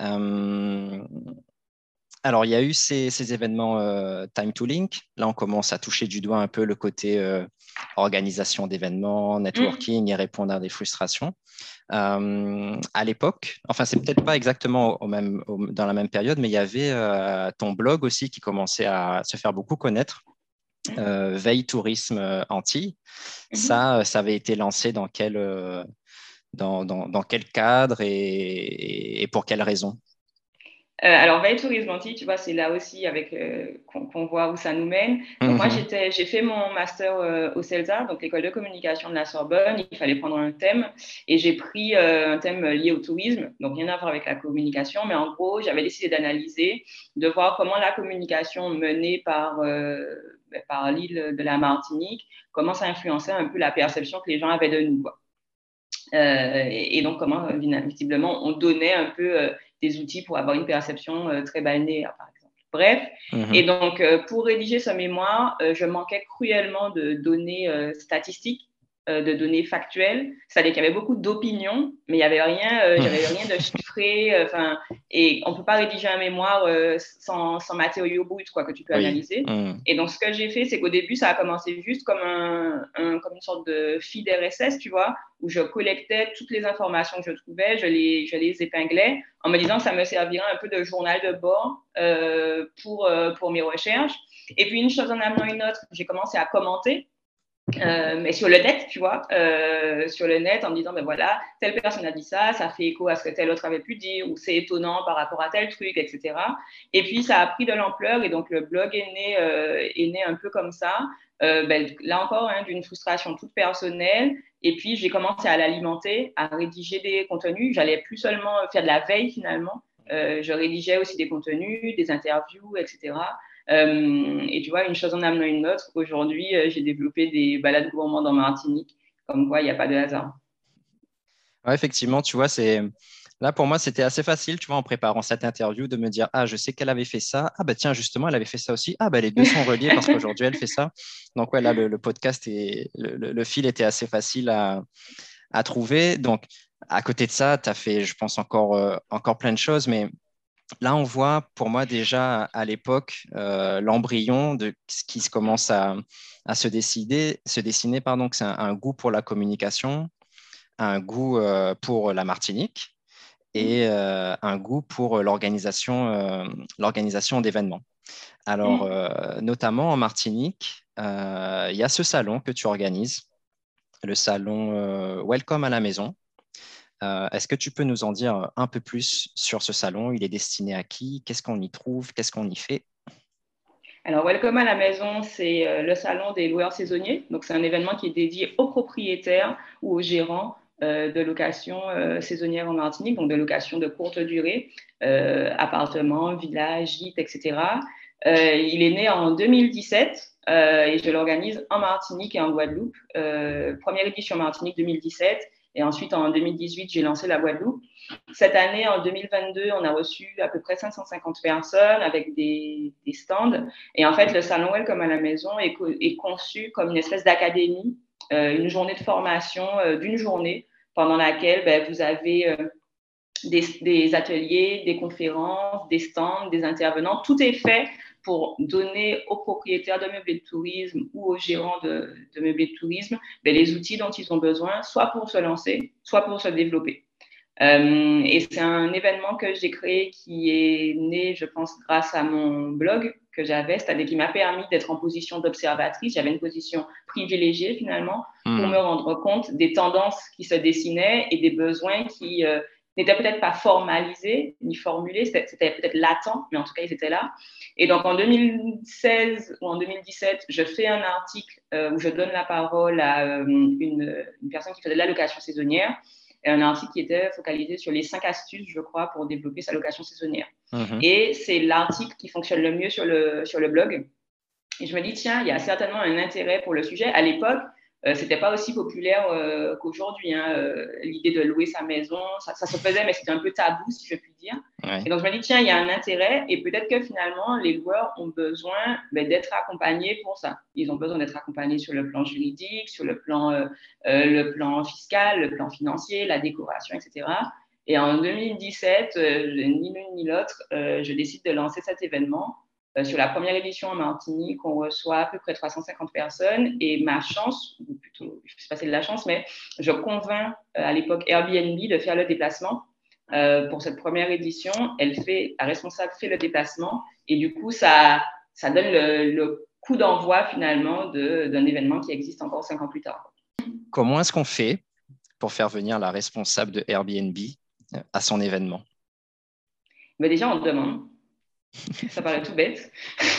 Euh, Alors, il y a eu ces, ces événements euh, Time to Link. Là, on commence à toucher du doigt un peu le côté euh, organisation d'événements, Mm. networking et répondre à des frustrations. Euh, à l'époque, enfin, c'est peut-être pas exactement au même, au- dans la même période, mais il y avait euh, ton blog aussi qui commençait à se faire beaucoup connaître, Mm. euh, Veille Tourisme euh, Antilles. Mm. Ça, ça avait été lancé dans quel, euh, dans, dans, dans quel cadre et, et pour quelle raison? Euh, alors, Veille Tourisme Antilles, tu vois, c'est là aussi avec euh, qu'on qu'on voit où ça nous mène. Donc, moi, Mhm. j'étais, j'ai fait mon master euh, au CELSA, donc l'école de communication de la Sorbonne. Il fallait prendre un thème et j'ai pris euh, un thème lié au tourisme, donc rien à voir avec la communication, mais en gros, j'avais décidé d'analyser, de voir comment la communication menée par, euh, par l'île de la Martinique, comment ça influençait un peu la perception que les gens avaient de nous, quoi. Euh, et, et, donc, comment, visiblement, on donnait un peu euh, des outils pour avoir une perception euh, très balnéaire, par exemple. Bref, Mhm. et donc, euh, pour rédiger ce mémoire, euh, je manquais cruellement de données euh, statistiques, euh, de données factuelles. C'est-à-dire qu'il y avait beaucoup d'opinions, mais il n'y avait rien, euh, j'avais rien de chiffré. Enfin, euh, et on ne peut pas rédiger un mémoire euh, sans, sans matériaux bruts, quoi, que tu peux Oui. analyser. Mhm. Et donc, ce que j'ai fait, c'est qu'au début, ça a commencé juste comme, un, un, comme une sorte de feed R S S, tu vois, où je collectais toutes les informations que je trouvais, je les, je les épinglais en me disant que ça me servirait un peu de journal de bord euh, pour, euh, pour mes recherches. Et puis, une chose en amenant une autre, j'ai commencé à commenter. Euh, mais sur le net, tu vois, euh, sur le net, en me disant, ben voilà, telle personne a dit ça, ça fait écho à ce que tel autre avait pu dire, ou c'est étonnant par rapport à tel truc, et cetera. Et puis, ça a pris de l'ampleur, et donc le blog est né, euh, est né un peu comme ça, euh, ben, là encore, hein, d'une frustration toute personnelle. Et puis, j'ai commencé à l'alimenter, à rédiger des contenus. J'allais plus seulement faire de la veille, finalement. Euh, je rédigeais aussi des contenus, des interviews, et cetera. Euh, et tu vois, une chose en amenant une autre. Aujourd'hui, euh, j'ai développé des balades gourmandes en Martinique, comme quoi il n'y a pas de hasard. Ouais, effectivement, tu vois, c'est là pour moi, c'était assez facile, tu vois, en préparant cette interview, de me dire, ah, je sais qu'elle avait fait ça. Ah, bah tiens, justement, elle avait fait ça aussi. Ah, bah les deux sont reliés parce qu'aujourd'hui, elle fait ça. Donc, ouais, là, le, le podcast et le, le- le fil était assez facile à, à trouver. Donc, à côté de ça, tu as fait, je pense, encore, euh, encore plein de choses. Mais là, on voit, pour moi, déjà à l'époque, euh, l'embryon de ce qui se commence à, à se décider, se dessiner, pardon, que c'est un, un goût pour la communication, un goût euh, pour la Martinique et euh, un goût pour l'organisation euh, l'organisation d'événements. Alors, euh, notamment en Martinique, euh, il y a ce salon que tu organises, le salon euh, Welcome à la maison. Euh, est-ce que tu peux nous en dire un peu plus sur ce salon? Il est destiné à qui? Qu'est-ce qu'on y trouve? Qu'est-ce qu'on y fait? Alors, Welcome à la maison, c'est euh, le salon des loueurs saisonniers. Donc, c'est un événement qui est dédié aux propriétaires ou aux gérants euh, de location euh, saisonnière en Martinique, donc de location de courte durée, euh, appartements, villages, gîtes, et cetera. Euh, il est né en deux mille dix-sept euh, et je l'organise en Martinique et en Guadeloupe. Euh, première édition en Martinique deux mille dix-sept et ensuite en deux mille dix-huit, j'ai lancé la Guadeloupe. Cette année, en deux mille vingt-deux, on a reçu à peu près cinq cent cinquante personnes avec des, des stands. Et en fait, le salon Welcome à la maison est, co- est conçu comme une espèce d'académie, euh, une journée de formation euh, d'une journée pendant laquelle ben, vous avez euh, des, des ateliers, des conférences, des stands, des intervenants. Tout est fait pour donner aux propriétaires de meublés de tourisme ou aux gérants de, de meublés de tourisme ben, les outils dont ils ont besoin, soit pour se lancer, soit pour se développer. Euh, et c'est un événement que j'ai créé qui est né, je pense, grâce à mon blog que j'avais, c'est-à-dire qui m'a permis d'être en position d'observatrice. J'avais une position privilégiée finalement pour me Hmm. rendre compte des tendances qui se dessinaient et des besoins qui euh, n'étaient peut-être pas formalisés ni formulés, c'était, c'était peut-être latent, mais en tout cas ils étaient là. Et donc en deux mille seize ou en deux mille dix-sept, je fais un article euh, où je donne la parole à euh, une, une personne qui faisait de la location saisonnière, un article qui était focalisé sur les cinq astuces, je crois, pour développer sa location saisonnière. Mmh. Et c'est l'article qui fonctionne le mieux sur le, sur le blog. Et je me dis, tiens, il y a certainement un intérêt pour le sujet. À l'époque, euh, ce n'était pas aussi populaire euh, qu'aujourd'hui. Hein. Euh, l'idée de louer sa maison, ça, ça se faisait, mais c'était un peu tabou, si je puis dire. Ouais. Et donc, je me dis, tiens, il y a un intérêt et peut-être que finalement, les loueurs ont besoin ben, d'être accompagnés pour ça. Ils ont besoin d'être accompagnés sur le plan juridique, sur le plan, euh, euh, le plan fiscal, le plan financier, la décoration, et cetera. Et en deux mille dix-sept, euh, ni l'une ni l'autre, euh, je décide de lancer cet événement. Euh, sur la première édition en Martinique, on reçoit à peu près trois cent cinquante personnes et ma chance, ou plutôt, je ne sais pas si c'est de la chance, mais je convainc euh, à l'époque Airbnb de faire le déplacement. Euh, pour cette première édition, elle fait, la responsable fait le déplacement et du coup, ça, ça donne le, le coup d'envoi finalement de, d'un événement qui existe encore cinq ans plus tard. Comment est-ce qu'on fait pour faire venir la responsable de Airbnb à son événement? Mais déjà, on demande. Ça paraît tout bête.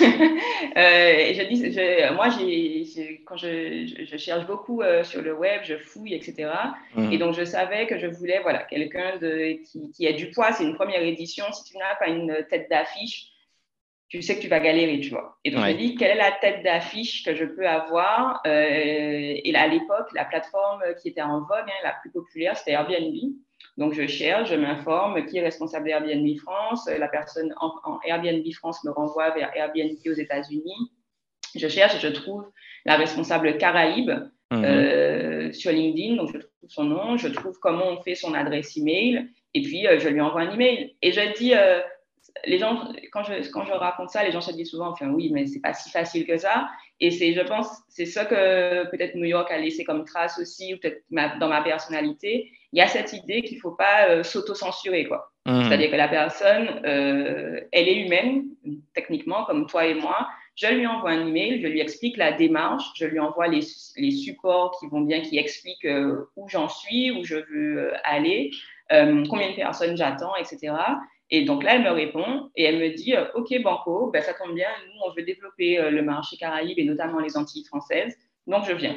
euh, je dis, je, moi, j'ai, j'ai, quand je, je, je cherche beaucoup euh, sur le web, je fouille, et cetera. Mmh. Et donc, je savais que je voulais voilà, quelqu'un de, qui, qui ait du poids. C'est une première édition. Si tu n'as pas une tête d'affiche, tu sais que tu vas galérer, tu vois. Et donc, ouais. je me dis, quelle est la tête d'affiche que je peux avoir euh, Et à l'époque, la plateforme qui était en vogue, hein, la plus populaire, c'était Airbnb. Donc, je cherche, je m'informe qui est responsable d'Airbnb France. La personne en, en Airbnb France me renvoie vers Airbnb aux États-Unis. Je cherche et je trouve la responsable Caraïbes mmh. euh, sur LinkedIn. Donc, je trouve son nom, je trouve comment on fait son adresse email et puis euh, je lui envoie un email. Et je dis, euh, les gens, quand je, quand je raconte ça, les gens se disent souvent, enfin oui, mais c'est pas si facile que ça. Et c'est, je pense, c'est ça que peut-être New York a laissé comme trace aussi, ou peut-être ma, dans ma personnalité. Il y a cette idée qu'il ne faut pas euh, s'auto-censurer, quoi. Mmh. C'est-à-dire que la personne, euh, elle est humaine, techniquement, comme toi et moi. Je lui envoie un email, je lui explique la démarche, je lui envoie les, les supports qui vont bien, qui expliquent euh, où j'en suis, où je veux aller, euh, combien de personnes j'attends, et cetera. Et donc là, elle me répond et elle me dit euh, « Ok, Banco, ben, ça tombe bien, nous, on veut développer euh, le marché Caraïbes et notamment les Antilles françaises, donc je viens. »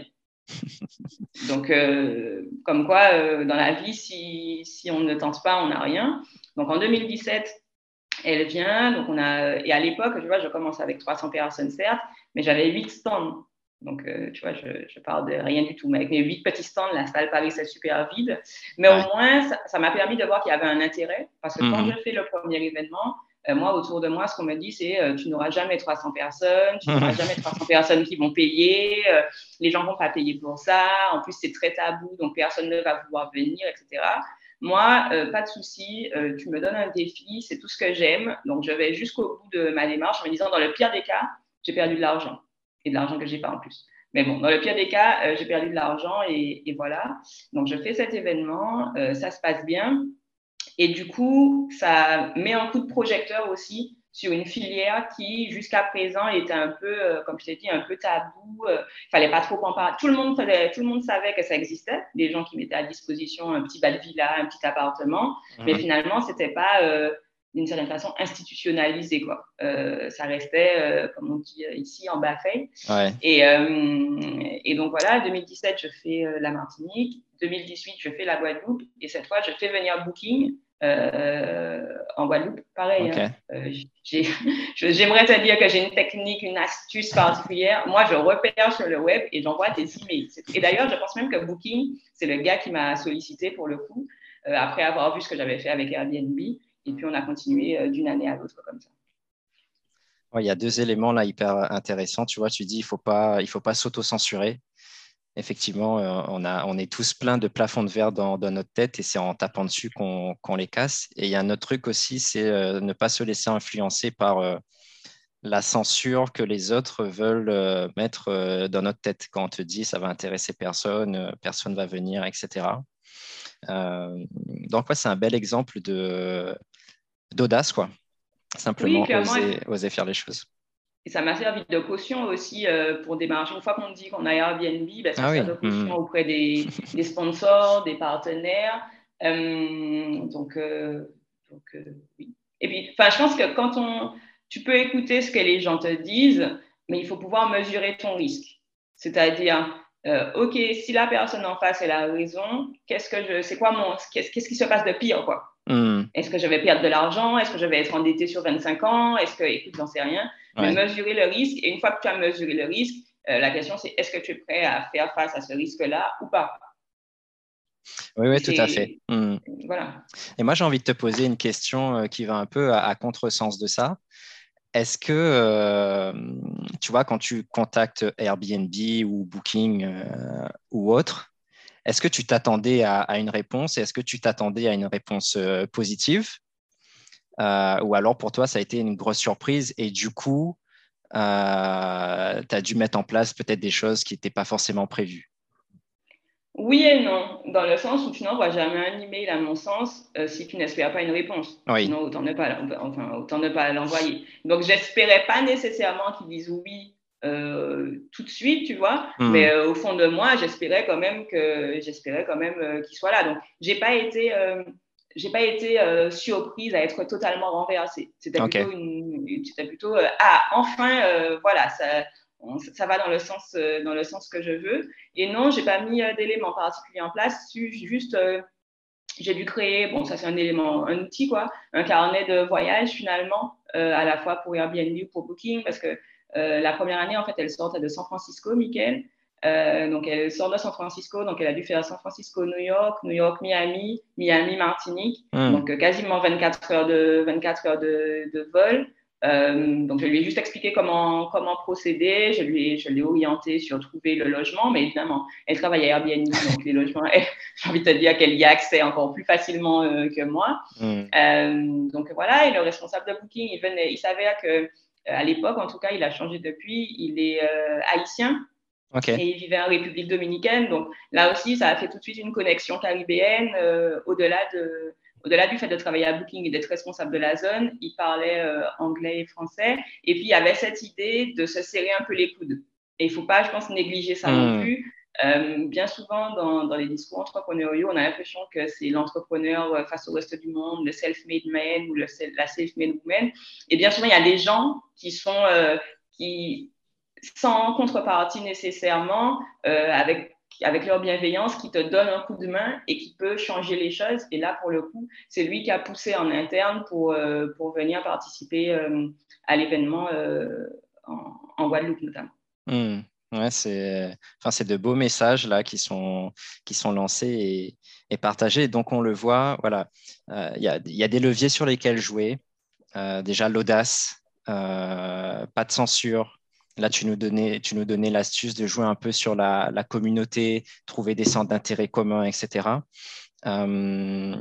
Donc, euh, comme quoi, euh, dans la vie, si, si on ne tente pas, on n'a rien. Donc, en deux mille dix-sept, elle vient. Donc on a, et à l'époque, tu vois, je commence avec trois cents personnes, certes, mais j'avais huit stands. Donc, euh, tu vois, je, je parle de rien du tout. Mais avec mes huit petits stands, la salle paraissait super vide. Mais ouais. au moins, ça, ça m'a permis de voir qu'il y avait un intérêt. Parce que mmh. quand je fais le premier événement, euh, moi, autour de moi, ce qu'on me dit, c'est euh, tu n'auras jamais trois cents personnes, tu n'auras jamais trois cents personnes qui vont payer, euh, les gens ne vont pas payer pour ça. En plus, c'est très tabou, donc personne ne va pouvoir venir, et cetera. Moi, euh, pas de souci, euh, tu me donnes un défi, c'est tout ce que j'aime. Donc, je vais jusqu'au bout de ma démarche en me disant, dans le pire des cas, j'ai perdu de l'argent. Et de l'argent que je n'ai pas en plus. Mais bon, dans le pire des cas, euh, j'ai perdu de l'argent et, et voilà. Donc, je fais cet événement, euh, ça se passe bien. Et du coup, ça met un coup de projecteur aussi sur une filière qui, jusqu'à présent, était un peu, euh, comme je t'ai dit, un peu tabou. Il euh, fallait pas trop en parler. Tout le monde faisait, tout le monde savait que ça existait. Des gens qui mettaient à disposition un petit bas de villa, un petit appartement. Mmh. Mais finalement, c'était pas, euh, d'une certaine façon, institutionnalisé, quoi. Euh, ça restait, euh, comme on dit ici, en bas-fait. Ouais. Et, euh, et donc, voilà, deux mille dix-sept, je fais euh, la Martinique. deux mille dix-huit, je fais la Guadeloupe. Et cette fois, je fais venir Booking. Euh, en Guadeloupe, pareil. Okay. Hein. Euh, j'ai, j'aimerais te dire que j'ai une technique, une astuce particulière. Moi, je repère sur le web et j'envoie des emails. Et d'ailleurs, je pense même que Booking, c'est le gars qui m'a sollicité pour le coup, euh, après avoir vu ce que j'avais fait avec Airbnb. Et puis, on a continué euh, d'une année à l'autre comme ça. Ouais, il y a deux éléments là hyper intéressants. Tu vois, tu dis il ne faut pas, il faut pas s'auto-censurer. Effectivement, on, a, on est tous pleins de plafonds de verre dans, dans notre tête et c'est en tapant dessus qu'on, qu'on les casse. Et il y a un autre truc aussi, c'est euh, ne pas se laisser influencer par euh, la censure que les autres veulent euh, mettre euh, dans notre tête. Quand on te dit ça va intéresser personne, euh, personne ne va venir, et cetera. Euh, donc, ouais, c'est un bel exemple de, d'audace, quoi. Simplement oui, oser, oser faire les choses. Et ça m'a servi de caution aussi euh, pour démarcher. Une fois qu'on dit qu'on a Airbnb, ben, ça ah sert oui. de caution mmh. auprès des, des sponsors, des partenaires. Euh, donc, euh, donc euh, oui. Et puis, je pense que quand on, tu peux écouter ce que les gens te disent, mais il faut pouvoir mesurer ton risque. C'est-à-dire, euh, OK, si la personne en face elle a raison, qu'est-ce que je, c'est quoi mon, qu'est-ce, qu'est-ce qui se passe de pire, quoi. Mmh. Est-ce que je vais perdre de l'argent? Est-ce que je vais être endettée sur vingt-cinq ans? Est-ce que, écoute, j'en sais rien. Mais Ouais. mesurer le risque. Et une fois que tu as mesuré le risque, euh, la question, c'est est-ce que tu es prêt à faire face à ce risque-là ou pas? Oui, oui, tout à fait. C'est, Mmh. voilà. Et moi, j'ai envie de te poser une question euh, qui va un peu à, à contresens de ça. Est-ce que, euh, tu vois, quand tu contactes Airbnb ou Booking euh, ou autre, est-ce que tu t'attendais à, à une réponse? Est-ce que tu t'attendais à une réponse euh, positive? Euh, ou alors pour toi, ça a été une grosse surprise et du coup, euh, tu as dû mettre en place peut-être des choses qui n'étaient pas forcément prévues? Oui et non, dans le sens où tu n'envoies jamais un email, à mon sens, euh, si tu n'espères pas une réponse. Oui. Sinon, autant ne pas, enfin, autant ne pas l'envoyer. Donc, j'espérais pas nécessairement qu'ils disent oui euh, tout de suite, tu vois, Hmm. mais euh, au fond de moi, j'espérais quand même que j'espérais quand même euh, qu'ils soient là. Donc, j'ai pas été, euh, j'ai pas été euh, surprise à être totalement renversée. C'était OK. plutôt une, c'était plutôt euh, ah enfin, euh, voilà, ça, on- ça va dans le sens, euh, dans le sens que je veux. Et non, j'ai pas mis euh, d'éléments particuliers en place. Juste, euh, j'ai dû créer, bon, ça c'est un élément, un outil quoi, un carnet de voyage finalement, euh, à la fois pour Airbnb ou pour Booking, parce que euh, la première année, en fait, elle sort de San Francisco, Mickaël. Euh, donc, elle sort de San Francisco, donc elle a dû faire San Francisco, New York, New York, Miami, Miami, Martinique. Hmm. Donc, euh, quasiment vingt-quatre heures de, vingt-quatre heures de, de vol. Euh, donc, je lui ai juste expliqué comment, comment procéder. Je lui ai, je l'ai orienté sur trouver le logement, mais évidemment, elle travaille à Airbnb, donc les logements, elle, j'ai envie de te dire qu'elle y a accès encore plus facilement euh, que moi. Hmm. Euh, donc voilà, et le responsable de Booking, il, venait, il s'avère que euh, à l'époque, en tout cas, il a changé depuis, il est euh, haïtien OK. et il vivait en République dominicaine. Donc là aussi, ça a fait tout de suite une connexion caribéenne euh, au-delà de, au-delà du fait de travailler à Booking et d'être responsable de la zone, il parlait euh, anglais et français. Et puis, il y avait cette idée de se serrer un peu les coudes. Et il ne faut pas, je pense, négliger ça non Hmm. plus. Euh, bien souvent, dans, dans les discours entrepreneuriaux, on a l'impression que c'est l'entrepreneur face au reste du monde, le self-made man ou le, la self-made woman. Et bien souvent, il y a des gens qui sont, euh, qui, sans contrepartie nécessairement, euh, avec, avec leur bienveillance, qui te donne un coup de main et qui peut changer les choses. Et là, pour le coup, c'est lui qui a poussé en interne pour, euh, pour venir participer euh, à l'événement euh, en, en Guadeloupe notamment. Hmm. Ouais, c'est, enfin, c'est de beaux messages là qui sont, qui sont lancés et, et partagés. Donc, on le voit, voilà, euh, il y a, il y a des leviers sur lesquels jouer. Euh, déjà, l'audace, euh, pas de censure. Là, tu nous donnais, tu nous donnais l'astuce de jouer un peu sur la, la communauté, trouver des centres d'intérêt communs, et cetera. Euh,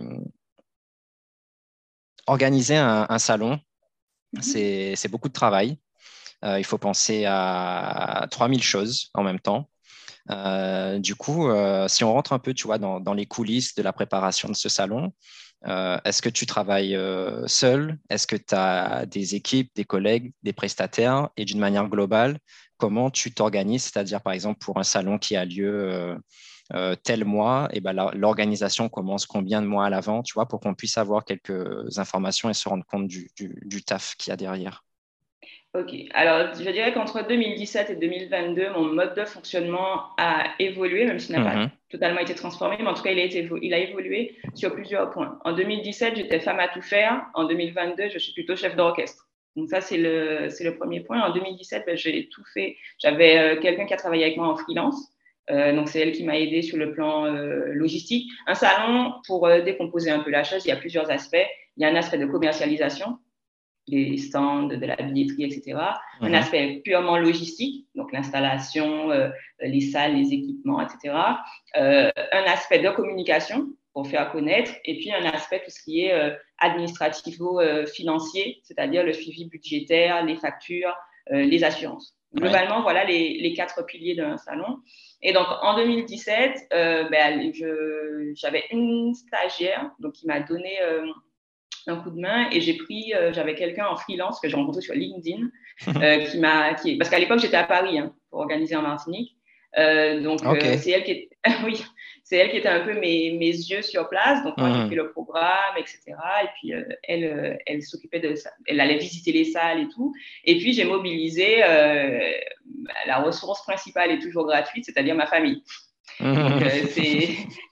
organiser un, un salon, Mm-hmm. c'est, c'est beaucoup de travail. Euh, il faut penser à trois mille choses en même temps. Euh, du coup, euh, si on rentre un peu, tu vois, dans, dans les coulisses de la préparation de ce salon, euh, est-ce que tu travailles euh, seul? Est-ce que tu as des équipes, des collègues, des prestataires? Et d'une manière globale, comment tu t'organises? C'est-à-dire, par exemple, pour un salon qui a lieu euh, euh, tel mois, et ben, la- l'organisation commence combien de mois à l'avant, tu vois, pour qu'on puisse avoir quelques informations et se rendre compte du, du, du taf qu'il y a derrière. Ok, alors je dirais qu'entre deux mille dix-sept et deux mille vingt-deux, mon mode de fonctionnement a évolué, même s'il n'a pas Mhm. totalement été transformé, mais en tout cas, il a, été, il a évolué sur plusieurs points. En deux mille dix-sept, j'étais femme à tout faire. En deux mille vingt-deux, je suis plutôt chef d'orchestre. Donc ça, c'est le, c'est le premier point. En deux mille dix-sept, ben, j'ai tout fait. J'avais euh, quelqu'un qui a travaillé avec moi en freelance. Euh, donc c'est elle qui m'a aidé sur le plan euh, logistique. Un salon, pour euh, décomposer un peu la chose, il y a plusieurs aspects. Il y a un aspect de commercialisation, des stands, de la billetterie, et cetera. Un Mhm. aspect purement logistique, donc l'installation, euh, les salles, les équipements, et cetera. Euh, un aspect de communication pour faire connaître, et puis un aspect tout ce qui est euh, administrativo-financier, c'est-à-dire le suivi budgétaire, les factures, euh, les assurances. Ouais. Globalement, voilà les, les quatre piliers d'un salon. Et donc, en deux mille dix-sept, euh, ben, je, j'avais une stagiaire donc, qui m'a donné euh, un coup de main et j'ai pris, euh, j'avais quelqu'un en freelance que j'ai rencontré sur LinkedIn euh, qui m'a, qui, parce qu'à l'époque j'étais à Paris hein, pour organiser en Martinique, euh, donc euh, OK. c'est elle qui est, oui, c'est elle qui était un peu mes, mes yeux sur place, donc moi j'ai fait Mhm. le programme, et cetera. Et puis euh, elle, euh, elle s'occupait de ça, elle allait visiter les salles et tout, et puis j'ai mobilisé euh, la ressource principale est toujours gratuite, c'est-à-dire ma famille. Donc, euh, c'est,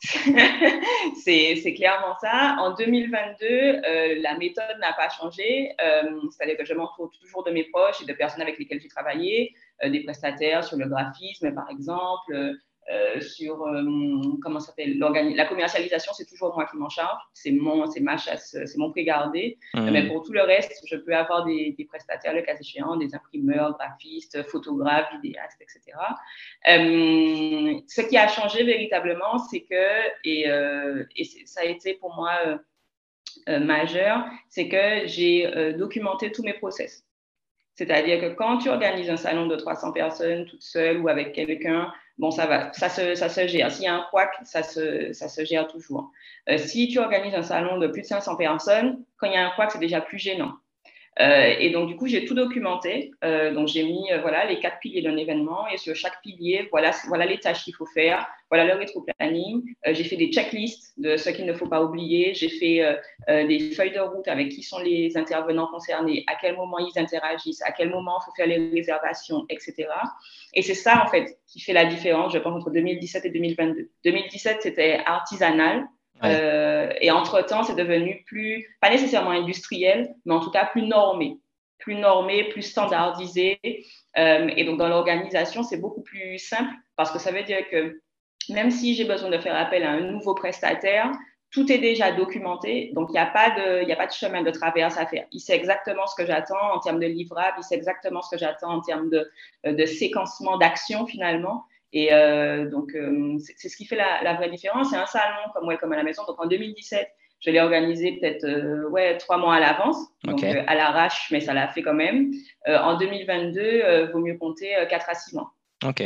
c'est, c'est clairement ça. En deux mille vingt-deux, euh, la méthode n'a pas changé. Euh, c'est-à-dire que je m'entoure toujours de mes proches et de personnes avec lesquelles j'ai travaillé, euh, des prestataires sur le graphisme, par exemple, euh, sur euh, comment ça s'appelle, la commercialisation, c'est toujours moi qui m'en charge. C'est, mon, c'est ma chasse, c'est mon pré gardé. Mmh. Mais pour tout le reste, je peux avoir des, des prestataires, le cas échéant, des imprimeurs, graphistes, photographes, vidéastes, et cetera. Euh, ce qui a changé véritablement, c'est que, et, euh, et ça a été pour moi euh, euh, majeur, c'est que j'ai euh, documenté tous mes process. C'est-à-dire que quand tu organises un salon de trois cents personnes toute seule ou avec quelqu'un, bon, ça va, ça se, ça se gère. S'il y a un couac, ça se, ça se gère toujours. Euh, si tu organises un salon de plus de cinq cents personnes, quand il y a un couac, c'est déjà plus gênant. Euh, et donc, du coup, j'ai tout documenté. Euh, donc, j'ai mis euh, voilà, les quatre piliers d'un événement et sur chaque pilier, voilà, voilà les tâches qu'il faut faire, voilà le rétro-planning. Euh, j'ai fait des checklists de ce qu'il ne faut pas oublier. J'ai fait euh, euh, des feuilles de route avec qui sont les intervenants concernés, à quel moment ils interagissent, à quel moment il faut faire les réservations, et cetera. Et c'est ça, en fait, qui fait la différence, je pense, entre deux mille dix-sept et deux mille vingt-deux. deux mille dix-sept, c'était artisanal. Ouais. Euh, et entre-temps, c'est devenu plus, pas nécessairement industriel, mais en tout cas plus normé, plus normé, plus standardisé. Euh, et donc, dans l'organisation, c'est beaucoup plus simple parce que ça veut dire que même si j'ai besoin de faire appel à un nouveau prestataire, tout est déjà documenté. Donc, il n'y a pas de, il n'y a pas de chemin de traverse à faire. Il sait exactement ce que j'attends en termes de livrables, il sait exactement ce que j'attends en termes de, de séquencement d'actions finalement. Et euh, donc, euh, c'est, c'est ce qui fait la, la vraie différence. C'est un salon comme Welcome à la maison. Donc, en deux mille dix-sept, je l'ai organisé peut-être euh, ouais, trois mois à l'avance, donc okay. euh, à l'arrache, mais ça l'a fait quand même. Euh, en deux mille vingt-deux, euh, vaut mieux compter euh, quatre à six mois. OK.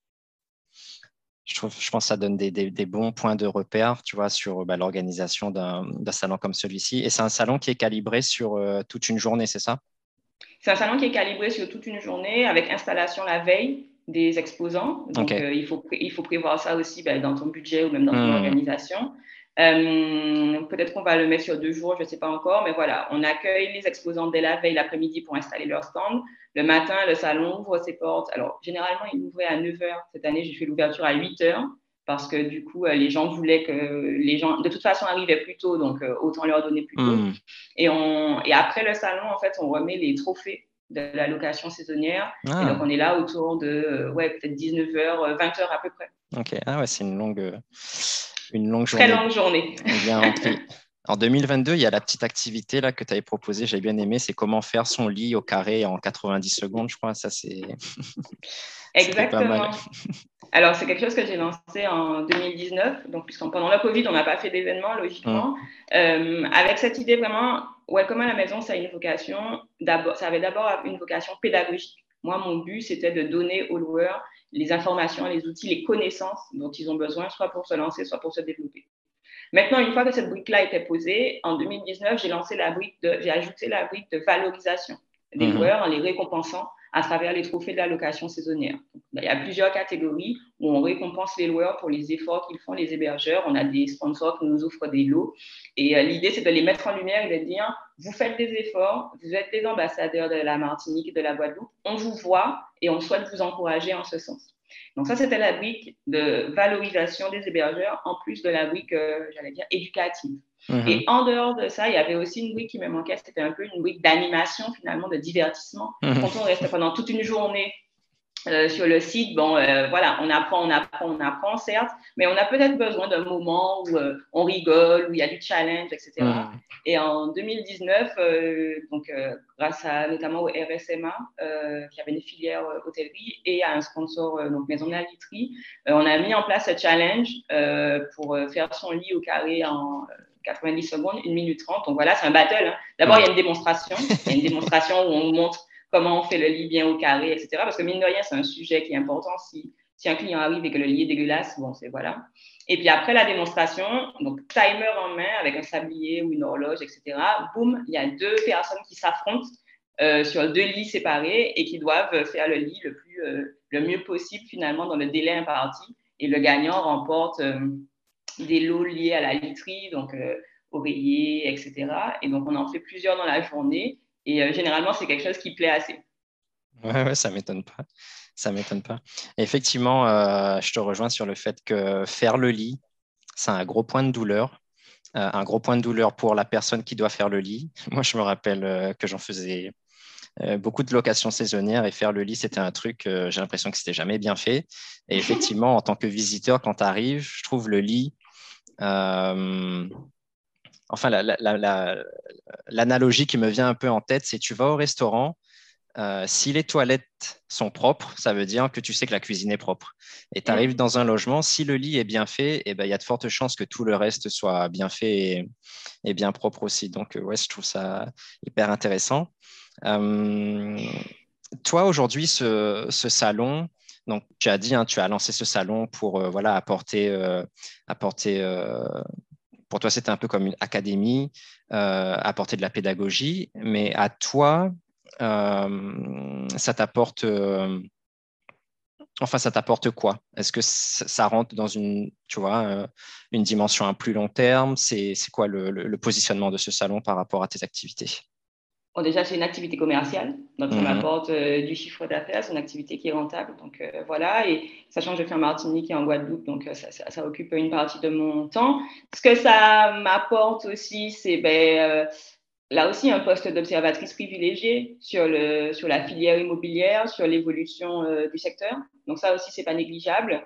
Je, trouve, je pense que ça donne des, des, des bons points de repère, tu vois, sur bah, l'organisation d'un, d'un salon comme celui-ci. Et c'est un salon qui est calibré sur euh, toute une journée, c'est ça? C'est un salon qui est calibré sur toute une journée avec installation la veille des exposants. Donc, okay. euh, il, faut, il faut prévoir ça aussi ben, dans ton budget ou même dans ton mmh. organisation. Euh, peut-être qu'on va le mettre sur deux jours, je ne sais pas encore, mais voilà, on accueille les exposants dès la veille l'après-midi pour installer leur stand. Le matin, le salon ouvre ses portes. Alors, généralement, il ouvrait à neuf heures. Cette année, j'ai fait l'ouverture à huit heures parce que du coup, les gens voulaient que les gens, de toute façon, arrivaient plus tôt, donc autant leur donner plus tôt. Mmh. Et, on, et après le salon, en fait, on remet les trophées de la location saisonnière. Ah. Et donc, on est là autour de, ouais, peut-être dix-neuf heures, vingt heures à peu près. OK. Ah ouais, c'est une longue, une longue journée. Très longue journée. Bien remplie. En deux mille vingt-deux, il y a la petite activité là, que tu avais proposée, j'ai bien aimé, c'est comment faire son lit au carré en quatre-vingt-dix secondes, je crois. Ça, c'est... Exactement. Pas mal. Alors, c'est quelque chose que j'ai lancé en deux mille dix-neuf. Donc, puisqu'en pendant la Covid, on n'a pas fait d'événement, logiquement. Mmh. Euh, avec cette idée vraiment, Welcome à la maison, ça a une vocation, d'abord, ça avait d'abord une vocation pédagogique. Moi, mon but, c'était de donner aux loueurs les informations, les outils, les connaissances dont ils ont besoin, soit pour se lancer, soit pour se développer. Maintenant, une fois que cette brique-là était posée, en deux mille dix-neuf, j'ai lancé la brique de, j'ai ajouté la brique de valorisation des mmh. loueurs en les récompensant à travers les trophées de la location saisonnière. Donc, il y a plusieurs catégories où on récompense les loueurs pour les efforts qu'ils font, les hébergeurs. On a des sponsors qui nous offrent des lots. Et euh, l'idée, c'est de les mettre en lumière et de dire, vous faites des efforts, vous êtes des ambassadeurs de la Martinique et de la Guadeloupe, on vous voit et on souhaite vous encourager en ce sens. Donc ça, c'était la brique de valorisation des hébergeurs, en plus de la brique, euh, j'allais dire, éducative. Mmh. Et en dehors de ça, il y avait aussi une brique qui me manquait, c'était un peu une brique d'animation, finalement, de divertissement. Mmh. Quand on restait pendant toute une journée euh, sur le site, bon, euh, voilà, on apprend, on apprend, on apprend, certes, mais on a peut-être besoin d'un moment où euh, on rigole, où il y a du challenge, et cetera. Mmh. Et en deux mille dix-neuf, euh, donc, euh, grâce à, notamment au R S M A, euh, qui avait une filière euh, hôtellerie, et à un sponsor, euh, donc Maison de la Literie, euh, on a mis en place ce challenge euh, pour euh, faire son lit au carré en euh, quatre-vingt-dix secondes, une minute trente. Donc voilà, c'est un battle. Hein. D'abord, il y a une démonstration. Il y a une démonstration où on montre comment on fait le lit bien au carré, et cetera. Parce que mine de rien, c'est un sujet qui est important. Si, si un client arrive et que le lit est dégueulasse, bon, c'est voilà. Et puis après la démonstration, donc timer en main avec un sablier ou une horloge, et cetera. Boum, il y a deux personnes qui s'affrontent euh, sur deux lits séparés et qui doivent faire le lit le, plus, euh, le mieux possible finalement dans le délai imparti. Et le gagnant remporte euh, des lots liés à la literie, donc euh, oreillers, et cetera. Et donc, on en fait plusieurs dans la journée. Et euh, généralement, c'est quelque chose qui plaît assez. Ouais, ouais, ça ne m'étonne pas. Ça ne m'étonne pas. Et effectivement, euh, je te rejoins sur le fait que faire le lit, c'est un gros point de douleur. Euh, un gros point de douleur pour la personne qui doit faire le lit. Moi, je me rappelle euh, que j'en faisais euh, beaucoup de locations saisonnières et faire le lit, c'était un truc, euh, j'ai l'impression que c'était jamais bien fait. Et effectivement, en tant que visiteur, quand tu arrives, je trouve le lit, euh, enfin, la- la- la- la- l'analogie qui me vient un peu en tête, c'est tu vas au restaurant, euh, si les toilettes sont propres, ça veut dire que tu sais que la cuisine est propre. Et tu arrives Mm. dans un logement, si le lit est bien fait, eh ben, il y a de fortes chances que tout le reste soit bien fait et, et bien propre aussi. Donc, euh, ouais, je trouve ça hyper intéressant. Euh, Toi, aujourd'hui, ce, ce salon, donc tu as dit, hein, tu as lancé ce salon pour euh, voilà, apporter, euh, apporter euh, pour toi, c'était un peu comme une académie, euh, apporter de la pédagogie, mais à toi, euh, ça t'apporte, euh, enfin, ça t'apporte quoi? Est-ce que ça, ça rentre dans une, tu vois, euh, une dimension à plus long terme? C'est, c'est quoi le, le- le positionnement de ce salon par rapport à tes activités? Bon, déjà, c'est une activité commerciale, donc ça Mhm. m'apporte euh, du chiffre d'affaires, c'est une activité qui est rentable. Donc euh, voilà, et sachant que je fais en Martinique et en Guadeloupe, donc euh, ça, ça, ça occupe une partie de mon temps. Ce que ça m'apporte aussi, c'est ben, euh, là aussi un poste d'observatrice privilégiée sur, le, sur la filière immobilière, sur l'évolution euh, du secteur. Donc ça aussi, c'est pas négligeable.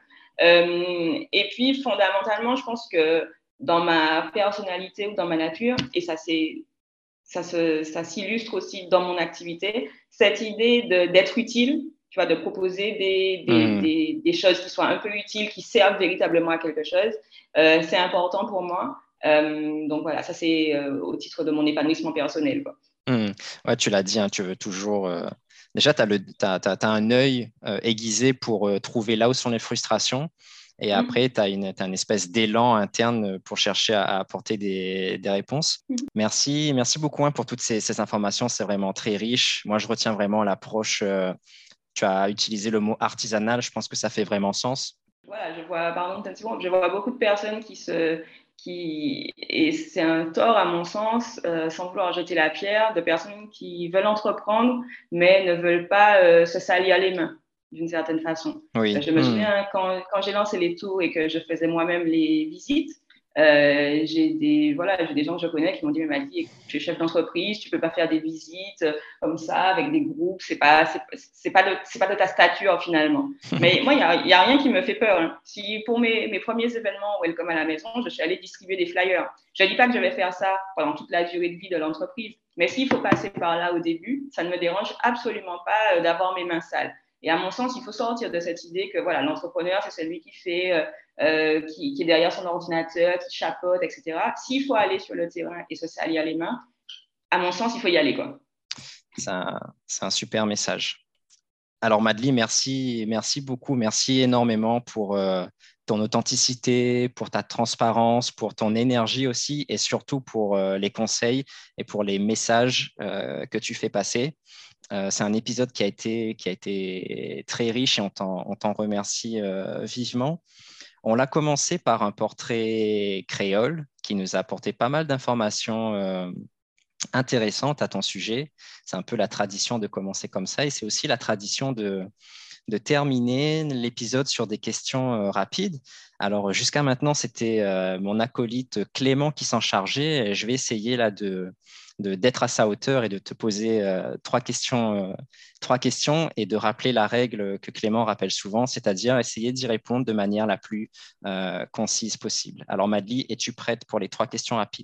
Euh, et puis, fondamentalement, je pense que dans ma personnalité ou dans ma nature, et ça c'est ça, se, ça s'illustre aussi dans mon activité, cette idée de, d'être utile, tu vois, de proposer des, des, Mhm. des, des, choses qui soient un peu utiles, qui servent véritablement à quelque chose, euh, c'est important pour moi. Euh, donc voilà, ça c'est euh, au titre de mon épanouissement personnel, quoi. Mhm. Ouais, tu l'as dit, hein, tu veux toujours. euh, Déjà, tu as, le, t'as, t'as- t'as un œil euh, aiguisé pour euh, trouver là où sont les frustrations. Et après, Mmh. tu as une, t'as une espèce d'élan interne pour chercher à, à apporter des, des réponses. Merci, merci beaucoup hein, pour toutes ces, ces informations. C'est vraiment très riche. Moi, je retiens vraiment l'approche. euh, tu as utilisé le mot artisanal. Je pense que ça fait vraiment sens. Voilà, je vois, pardon, je vois beaucoup de personnes qui se, qui, et c'est un tort à mon sens, euh, sans vouloir jeter la pierre, de personnes qui veulent entreprendre, mais ne veulent pas euh, se salir les mains, d'une certaine façon. Euh, Oui. je me Hmm. souviens quand, quand j'ai lancé les tours et que je faisais moi-même les visites, euh, j'ai des, voilà, j'ai des gens que je connais qui m'ont dit, mais Madi, écoute, tu es chef d'entreprise, tu peux pas faire des visites euh, comme ça avec des groupes, c'est pas, c'est, c'est pas de, c'est pas de ta stature finalement. Mais moi, il n'y a, y a rien qui me fait peur. Hein. Si pour mes, mes premiers événements Welcome à la maison, je suis allée distribuer des flyers. Je ne dis pas que je vais faire ça pendant toute la durée de vie de l'entreprise, mais s'il faut passer par là au début, ça ne me dérange absolument pas euh, d'avoir mes mains sales. Et à mon sens, il faut sortir de cette idée que voilà, l'entrepreneur, c'est celui qui fait, euh, euh, qui, qui est derrière son ordinateur, qui chapeaute, et cetera. S'il faut aller sur le terrain et se salir les mains, à mon sens, il faut y aller, quoi. C'est un, c'est un super message. Alors, Madly, merci, merci beaucoup, merci énormément pour euh, ton authenticité, pour ta transparence, pour ton énergie aussi, et surtout pour euh, les conseils et pour les messages euh, que tu fais passer. Euh, c'est un épisode qui a été, qui a été très riche et on t'en, on t'en remercie euh, vivement. On l'a commencé par un portrait créole qui nous a apporté pas mal d'informations euh, intéressante à ton sujet. C'est un peu la tradition de commencer comme ça et c'est aussi la tradition de, de terminer l'épisode sur des questions euh, rapides. Alors jusqu'à maintenant, c'était euh, mon acolyte Clément qui s'en chargeait. Et je vais essayer là de, de- d'être à sa hauteur et de te poser euh, trois questions, euh, trois questions et de rappeler la règle que Clément rappelle souvent, c'est-à-dire essayer d'y répondre de manière la plus euh, concise possible. Alors Madly, es-tu prête pour les trois questions rapides?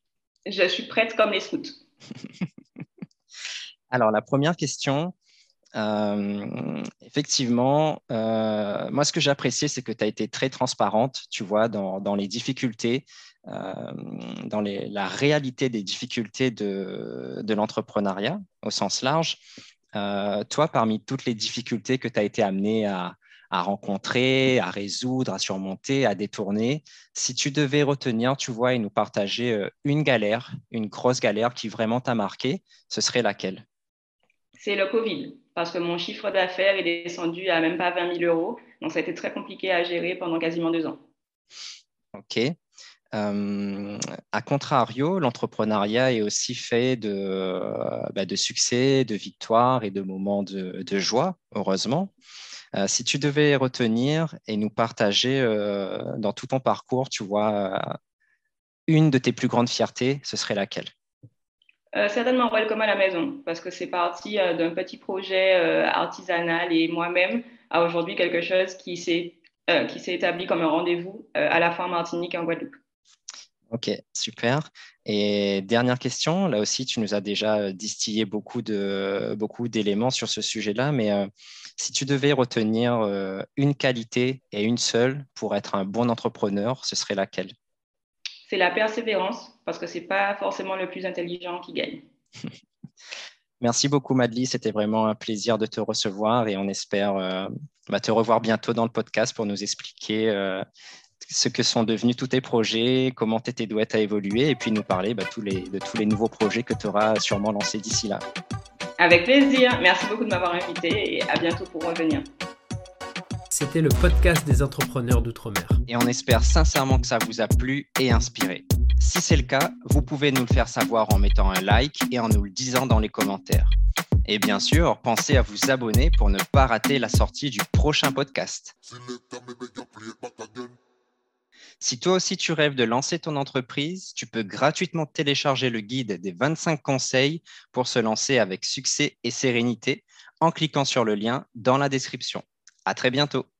Je suis prête comme les scouts. Alors la première question, Euh, effectivement, euh, moi, ce que j'ai apprécié, c'est que tu as été très transparente, tu vois, dans, dans les difficultés, euh, dans les- la réalité des difficultés de, de l'entrepreneuriat au sens large. Euh, toi, parmi toutes les difficultés que tu as été amené à, à rencontrer, à résoudre, à surmonter, à détourner, si tu devais retenir, tu vois, et nous partager euh, une galère, une grosse galère qui vraiment t'a marqué, ce serait laquelle? C'est le Covid, parce que mon chiffre d'affaires est descendu à même pas vingt mille euros. Donc, ça a été très compliqué à gérer pendant quasiment deux ans. OK. Euh, à contrario, l'entrepreneuriat est aussi fait de, euh, bah, de succès, de victoires et de moments de, de joie, heureusement. Euh, si tu devais retenir et nous partager euh, dans tout ton parcours, tu vois, euh, une de tes plus grandes fiertés, ce serait laquelle? Euh, certainement Welcome à la maison, parce que c'est parti euh, d'un petit projet euh, artisanal et moi-même à aujourd'hui quelque chose qui s'est euh, qui s'est établi comme un rendez-vous euh, à la fois en Martinique et en Guadeloupe. Ok, super. Et dernière question, là aussi, tu nous as déjà euh, distillé beaucoup de, beaucoup d'éléments sur ce sujet-là, mais euh, si tu devais retenir euh, une qualité et une seule pour être un bon entrepreneur, ce serait laquelle? C'est la persévérance, parce que c'est pas forcément le plus intelligent qui gagne. Merci beaucoup, Madly. C'était vraiment un plaisir de te recevoir et on espère euh, bah, te revoir bientôt dans le podcast pour nous expliquer euh, ce que sont devenus tous tes projets, comment tes douettes a évolué et puis nous parler bah, tous les, de tous les nouveaux projets que tu auras sûrement lancés d'ici là. Avec plaisir. Merci beaucoup de m'avoir invité et à bientôt pour revenir. C'était le podcast des entrepreneurs d'outre-mer. Et on espère sincèrement que ça vous a plu et inspiré. Si c'est le cas, vous pouvez nous le faire savoir en mettant un like et en nous le disant dans les commentaires. Et bien sûr, pensez à vous abonner pour ne pas rater la sortie du prochain podcast. Si toi aussi tu rêves de lancer ton entreprise, tu peux gratuitement télécharger le guide des vingt-cinq conseils pour se lancer avec succès et sérénité en cliquant sur le lien dans la description. À très bientôt.